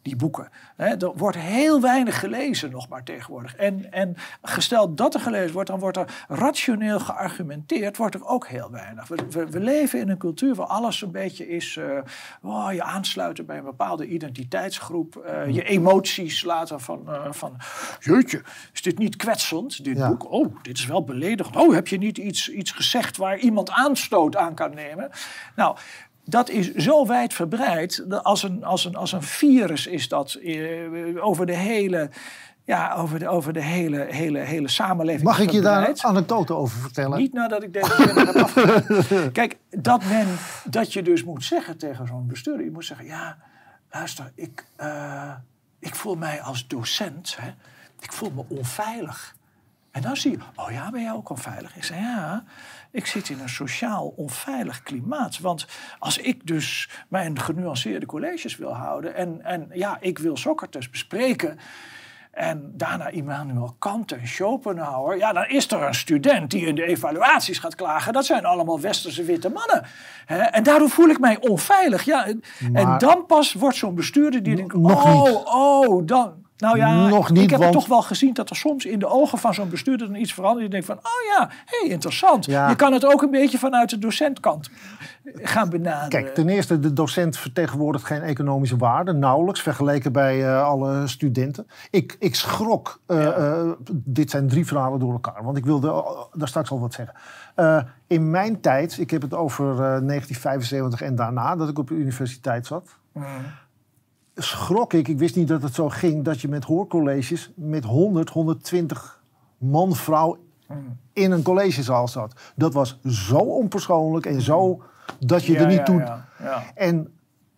die boeken. Hè, er wordt heel weinig gelezen nog maar tegenwoordig. En, en gesteld dat er gelezen wordt, dan wordt er rationeel geargumenteerd, wordt er ook heel weinig. We, we, we leven in een cultuur waar alles een beetje is, uh, oh, je aansluiten bij een bepaalde identiteitsgroep, uh, je emoties laten van, uh, van, jeetje, is dit niet kwetsend, dit ja. boek? Oh, dit is wel beledigend. Oh, heb je niet iets, iets gezegd waar iemand aanstoot aan kan nemen? Nou, dat is zo wijdverbreid, als een, als een, als een virus is dat uh, over de hele... Ja, over de, over de hele, hele, hele samenleving. Mag ik je daar een anekdote over vertellen? Niet nadat ik deze zin heb afgedaan. Kijk, dat, men, dat je dus moet zeggen tegen zo'n bestuurder. Je moet zeggen, ja, luister, ik, uh, ik voel mij als docent, hè, ik voel me onveilig. En dan zie je, oh ja, ben jij ook onveilig? Ik zeg, ja, ik zit in een sociaal onveilig klimaat. Want als ik dus mijn genuanceerde colleges wil houden... en, en ja, ik wil Socrates bespreken... en daarna Immanuel Kant en Schopenhauer... ja, dan is er een student die in de evaluaties gaat klagen. Dat zijn allemaal westerse witte mannen. He, en daardoor voel ik mij onveilig. Ja, en, en dan pas wordt zo'n bestuurder die denkt... Nog oh, niet. oh, dan... Nou ja, Nog niet, ik heb want... toch wel gezien dat er soms in de ogen van zo'n bestuurder dan iets verandert. Je denkt van, oh ja, hey, interessant. Ja. Je kan het ook een beetje vanuit de docentkant gaan benaderen. Kijk, ten eerste, de docent vertegenwoordigt geen economische waarde. Nauwelijks, vergeleken bij uh, alle studenten. Ik, ik schrok, uh, ja. uh, dit zijn drie verhalen door elkaar. Want ik wilde uh, daar straks al wat zeggen. Uh, in mijn tijd, ik heb het over uh, negentien vijfenzeventig en daarna, dat ik op de universiteit zat... Mm. Schrok ik, ik wist niet dat het zo ging... dat je met hoorcolleges met honderd, honderdtwintig man, vrouw... in een collegezaal zat. Dat was zo onpersoonlijk en zo dat je ja, er niet ja, toe... Ja, ja. En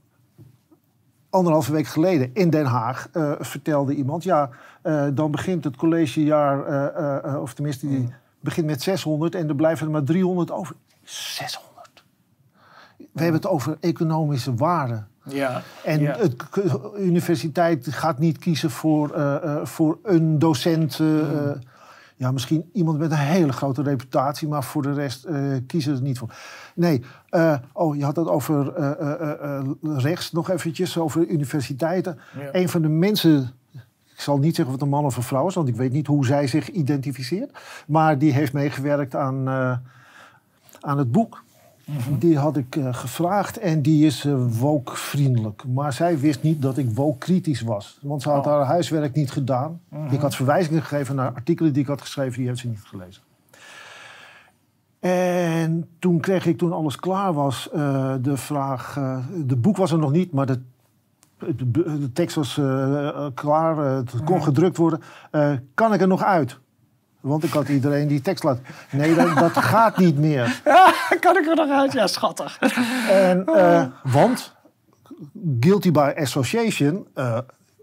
anderhalve week geleden in Den Haag uh, vertelde iemand... ja, uh, dan begint het collegejaar, uh, uh, of tenminste, die mm. begint met zeshonderd... en er blijven er maar driehonderd over. zeshonderd. We hebben het over economische waarde. Ja, en ja. de universiteit gaat niet kiezen voor, uh, uh, voor een docent. Uh, mm. uh, ja, misschien iemand met een hele grote reputatie, maar voor de rest uh, kiezen ze er niet voor. Nee, uh, oh, je had het over uh, uh, uh, rechts nog eventjes, over universiteiten. Ja. Een van de mensen, ik zal niet zeggen of het een man of een vrouw is, want ik weet niet hoe zij zich identificeert. Maar die heeft meegewerkt aan, uh, aan het boek. Mm-hmm. Die had ik uh, gevraagd en die is uh, woke-vriendelijk. Maar zij wist niet dat ik woke-kritisch was. Want ze had oh. haar huiswerk niet gedaan. Mm-hmm. Ik had verwijzingen gegeven naar artikelen die ik had geschreven. Die heeft ze niet gelezen. En toen kreeg ik, toen alles klaar was, uh, de vraag... Uh, de boek was er nog niet, maar de, de, de tekst was uh, klaar. Uh, het kon mm-hmm. gedrukt worden. Uh, kan ik er nog uit? Want ik had iedereen die tekst laten... Nee, dat, dat gaat niet meer. Ja, kan ik er nog uit? Ja, schattig. En, uh, want, guilty by association... Uh,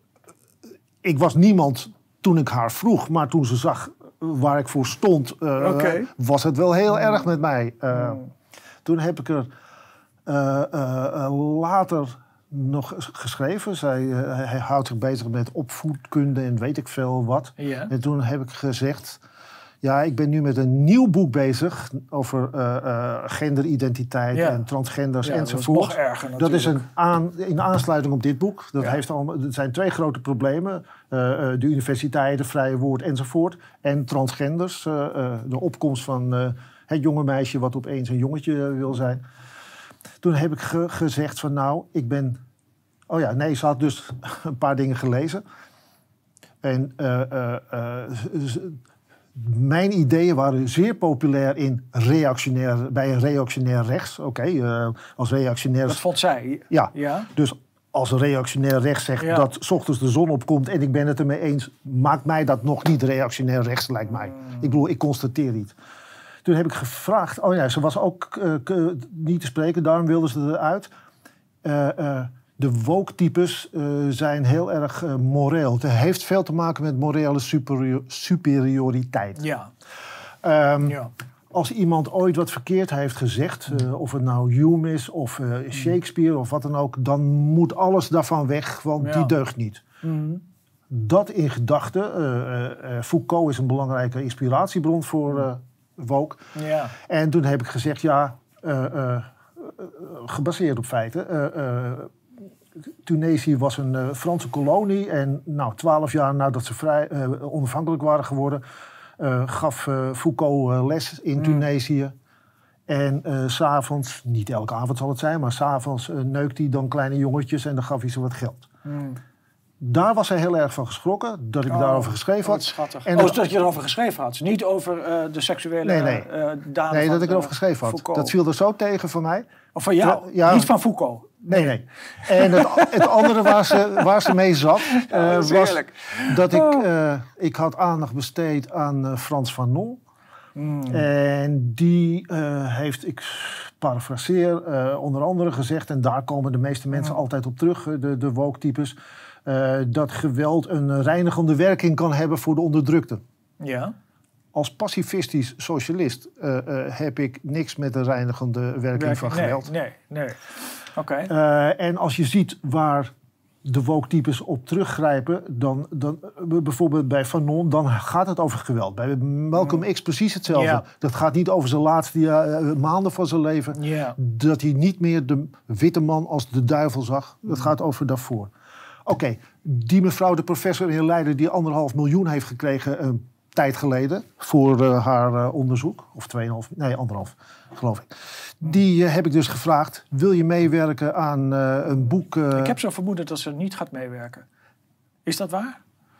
ik was niemand toen ik haar vroeg... maar toen ze zag waar ik voor stond... Uh, okay. was het wel heel erg met mij. Uh, mm. Toen heb ik er uh, uh, later nog geschreven. Zij uh, hij houdt zich bezig met opvoedkunde en weet ik veel wat. Ja. En toen heb ik gezegd... Ja, ik ben nu met een nieuw boek bezig over uh, uh, genderidentiteit ja. en transgenders ja, enzovoort. Dat is nog erger natuurlijk. Dat is een aan, in aansluiting op dit boek. Dat, ja. heeft allemaal, dat zijn twee grote problemen. Uh, uh, de universiteit, het vrije woord enzovoort. En transgenders, uh, uh, de opkomst van uh, het jonge meisje wat opeens een jongetje wil zijn. Toen heb ik ge- gezegd van nou, ik ben... Oh ja, nee, ze had dus een paar dingen gelezen. En... Uh, uh, uh, Mijn ideeën waren zeer populair in reactionair, bij een reactionair rechts. Oké, okay, uh, als reactionair... Dat vond zij? Ja, ja. Dus als een reactionair rechts zegt ja. dat 's ochtends de zon opkomt... en ik ben het ermee eens, maakt mij dat nog niet reactionair rechts, lijkt mij. Mm. Ik bedoel, ik constateer niet. Toen heb ik gevraagd... Oh ja, ze was ook uh, k- niet te spreken, daarom wilde ze eruit... Uh, uh, De woke-types uh, zijn heel erg uh, moreel. Het heeft veel te maken met morele superior- superioriteit. Ja. Um, ja. Als iemand ooit wat verkeerd heeft gezegd... Uh, of het nou Hume is of uh, Shakespeare of wat dan ook... dan moet alles daarvan weg, want ja. die deugt niet. Mm. Dat in gedachten. Uh, uh, Foucault is een belangrijke inspiratiebron voor uh, woke. Ja. En toen heb ik gezegd, ja... Uh, uh, uh, gebaseerd op feiten... Uh, uh, Tunesië was een uh, Franse kolonie. En nou, twaalf jaar nadat ze vrij uh, onafhankelijk waren geworden... Uh, gaf uh, Foucault uh, les in mm. Tunesië. En uh, s'avonds, niet elke avond zal het zijn... maar s'avonds uh, neukt hij dan kleine jongetjes en dan gaf hij ze wat geld. Mm. Daar was hij heel erg van geschrokken, dat ik oh, daarover geschreven had. Schattig. En oh, dat, dat je erover geschreven had? Niet over uh, de seksuele nee, nee. Uh, daden Nee, van, dat ik erover geschreven had. Foucault. Dat viel er zo tegen van mij. Of van jou? Ja, niet van Foucault? Nee, nee. En het, het andere waar ze, waar ze mee zat, uh, ja, dat was dat ik, uh, ik had aandacht besteed aan uh, Frans Fanon. Mm. En die uh, heeft, ik parafraseer, uh, onder andere gezegd... en daar komen de meeste mensen mm. altijd op terug, de, de woke-types... Uh, dat geweld een reinigende werking kan hebben voor de onderdrukte. Ja. Als pacifistisch socialist uh, uh, heb ik niks met de reinigende werking Werk, van geweld. Nee, nee, nee. Oké. Okay. Uh, en als je ziet waar de woke-types op teruggrijpen... dan, dan bijvoorbeeld bij Fanon, dan gaat het over geweld. Bij Malcolm X precies hetzelfde. Ja. Dat gaat niet over zijn laatste uh, maanden van zijn leven. Ja. Dat hij niet meer de witte man als de duivel zag. Dat gaat over daarvoor. Oké, okay, die mevrouw, de professor in Leiden... die anderhalf miljoen heeft gekregen een tijd geleden... voor uh, haar uh, onderzoek. Of tweeënhalf, nee, anderhalf, geloof ik. Die uh, heb ik dus gevraagd... wil je meewerken aan uh, een boek... Uh... Ik heb zo vermoeden dat ze niet gaat meewerken. Is dat waar?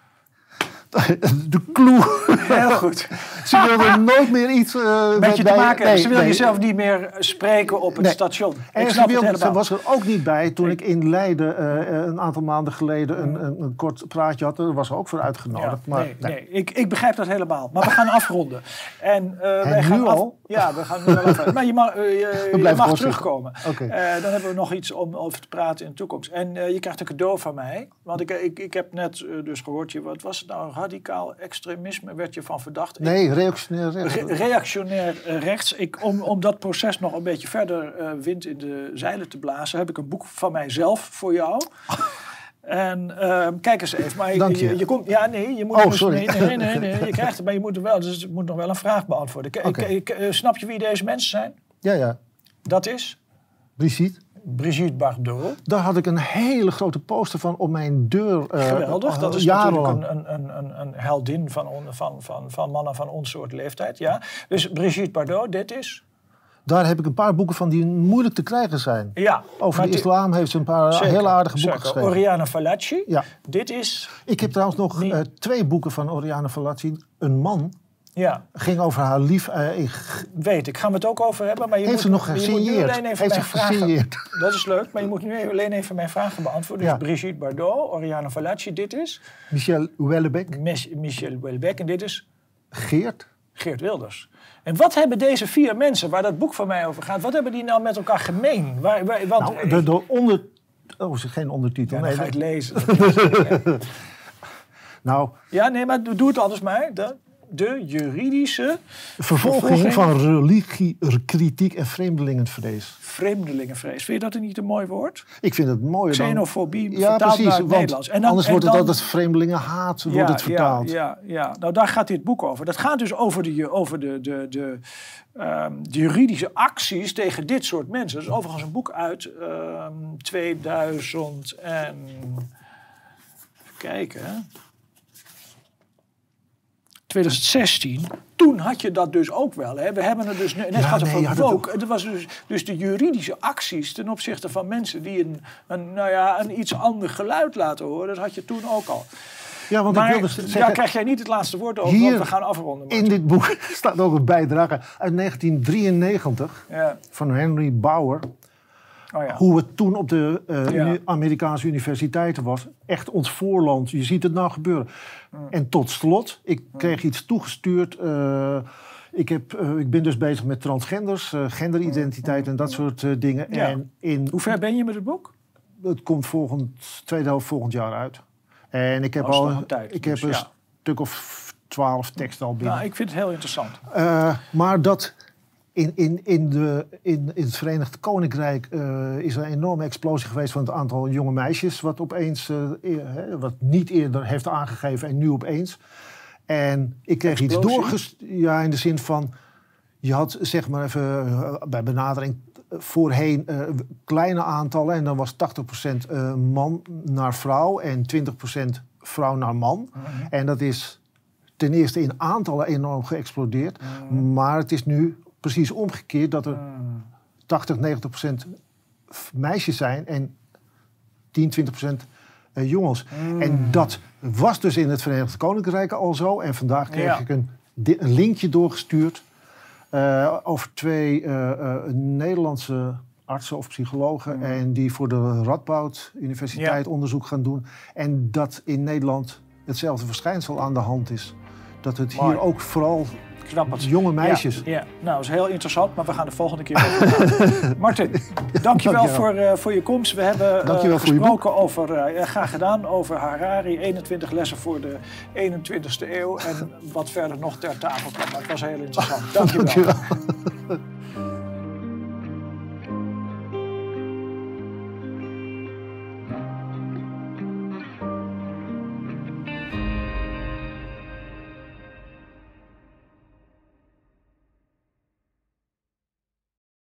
De clue. Heel goed. Ze wilde nooit meer iets... Uh, met je te maken nee, Ze wil nee. jezelf niet meer spreken op het nee. station. En ze, wilde, ze was er ook niet bij toen ik in Leiden uh, een aantal maanden geleden een, een, een kort praatje had. Daar was ze ook voor uitgenodigd. Ja, maar, nee, nee. nee. Ik, ik begrijp dat helemaal. Maar we gaan afronden. En, uh, en wij nu gaan al? Af, ja, we gaan nu wel af. Maar je mag, uh, je, je mag terugkomen. Okay. Uh, dan hebben we nog iets om over te praten in de toekomst. En uh, je krijgt een cadeau van mij. Want ik, ik, ik heb net uh, dus gehoord, je, wat was het nou, radicaal extremisme werd je van verdacht. Nee, ik, reactionair rechts. Re reactionair rechts. Ik, om, om dat proces nog een beetje verder uh, wind in de zeilen te blazen... heb ik een boek van mijzelf voor jou. En uh, kijk eens even. Maar Dank je. Je, je komt, ja, nee, je moet... Oh, dus, sorry. Nee, nee, nee, nee, je krijgt het, maar je moet er wel... Dus ik moet nog wel een vraag beantwoorden. K okay. ik, ik, uh, snap je wie deze mensen zijn? Ja, ja. Dat is? Brigitte. Brigitte Bardot. Daar had ik een hele grote poster van op mijn deur. Uh, Geweldig, dat is jarenlang. natuurlijk een, een, een, een heldin van, on, van, van, van mannen van ons soort leeftijd. Ja. Dus Brigitte Bardot, dit is? Daar heb ik een paar boeken van die moeilijk te krijgen zijn. Ja, Over de islam heeft ze een paar zeker, hele aardige boeken zeker. geschreven. Oriana Fallaci, ja. Dit is? Ik heb trouwens nog uh, twee boeken van Oriana Fallaci. Een man. Ja. Ging over haar lief... Uh, ik... Weet ik, gaan we het ook over hebben. Maar je heeft moet, ze nog je gesigneerd? Moet nu alleen even heeft mijn ze vragen. gesigneerd? Dat is leuk, maar je moet nu alleen even mijn vragen beantwoorden. Dus ja. Brigitte Bardot, Oriana Fallaci, dit is? Michel Houellebecq. Michel Houellebecq en dit is? Geert. Geert Wilders. En wat hebben deze vier mensen, waar dat boek van mij over gaat... wat hebben die nou met elkaar gemeen? Waar, waar, want, nou, de, de onder... Oh, is geen ondertitel. Ja, nee, dan ga ik lezen. nou... Ja, nee, maar doe het anders maar. De, de juridische... Vervolging, vervolging van religie, kritiek en vreemdelingenvrees. Vreemdelingenvrees. Vind je dat niet een mooi woord? Ik vind het mooi. Xenofobie, dan... ja, vertaald precies, naar het Nederlands. En dan, anders en wordt het dan... altijd vreemdelingenhaat, wordt ja, het vertaald. Ja, ja, ja, nou daar gaat dit boek over. Dat gaat dus over de, over de, de, de, um, de juridische acties tegen dit soort mensen. Dat is overigens een boek uit um, tweeduizend en... Even kijken... twintig zestien, toen had je dat dus ook wel. Hè? We hebben het dus net ja, gehad over nee, woke. Het was dus, dus de juridische acties ten opzichte van mensen die een, een, nou ja, een iets ander geluid laten horen. Dat had je toen ook al. Ja, want maar ik wilde zeggen, daar krijg jij niet het laatste woord over, hier, want we gaan afronden. In dit boek staat ook een bijdrage uit negentien drieënnegentig ja. van Henry Bauer. Oh ja. Hoe het toen op de uh, ja. Amerikaanse universiteiten was. Echt ons voorland. Je ziet het nou gebeuren. Mm. En tot slot, ik kreeg iets toegestuurd. Uh, ik, heb, uh, ik ben dus bezig met transgenders, uh, genderidentiteit en dat soort uh, dingen. Ja. En in, Hoe ver ben je met het boek? Het komt volgend, tweede helft volgend jaar uit. En ik heb al een, tijd, ik dus, heb een ja. stuk of twaalf teksten al binnen. Nou, ik vind het heel interessant. Uh, maar dat... In, in, in, de, in, in het Verenigd Koninkrijk uh, is er een enorme explosie geweest van het aantal jonge meisjes... wat opeens, uh, eer, wat niet eerder heeft aangegeven en nu opeens. En ik kreeg explosie? iets doorgestuurd, ja, in de zin van... Je had zeg maar even uh, bij benadering voorheen uh, kleine aantallen. En dan was tachtig procent uh, man naar vrouw en twintig procent vrouw naar man. Mm-hmm. En dat is ten eerste in aantallen enorm geëxplodeerd. Mm. Maar het is nu precies omgekeerd dat er mm. tachtig, negentig procent meisjes zijn en tien, twintig procent uh, jongens. Mm. En dat was dus in het Verenigd Koninkrijk al zo. En vandaag kreeg ja. ik een, een linkje doorgestuurd uh, over twee uh, uh, Nederlandse artsen of psychologen mm. en die voor de Radboud Universiteit ja. onderzoek gaan doen. En dat in Nederland hetzelfde verschijnsel aan de hand is. Dat het Mooi. Hier ook vooral jonge meisjes... Ja, ja, nou, dat is heel interessant, maar we gaan de volgende keer over. Martin, dankjewel ja. voor, uh, voor je komst. We hebben uh, gesproken over, uh, graag gedaan, over Harari, eenentwintig lessen voor de eenentwintigste eeuw en wat verder nog ter tafel kwam. Maar het was heel interessant. Dankjewel. dankjewel.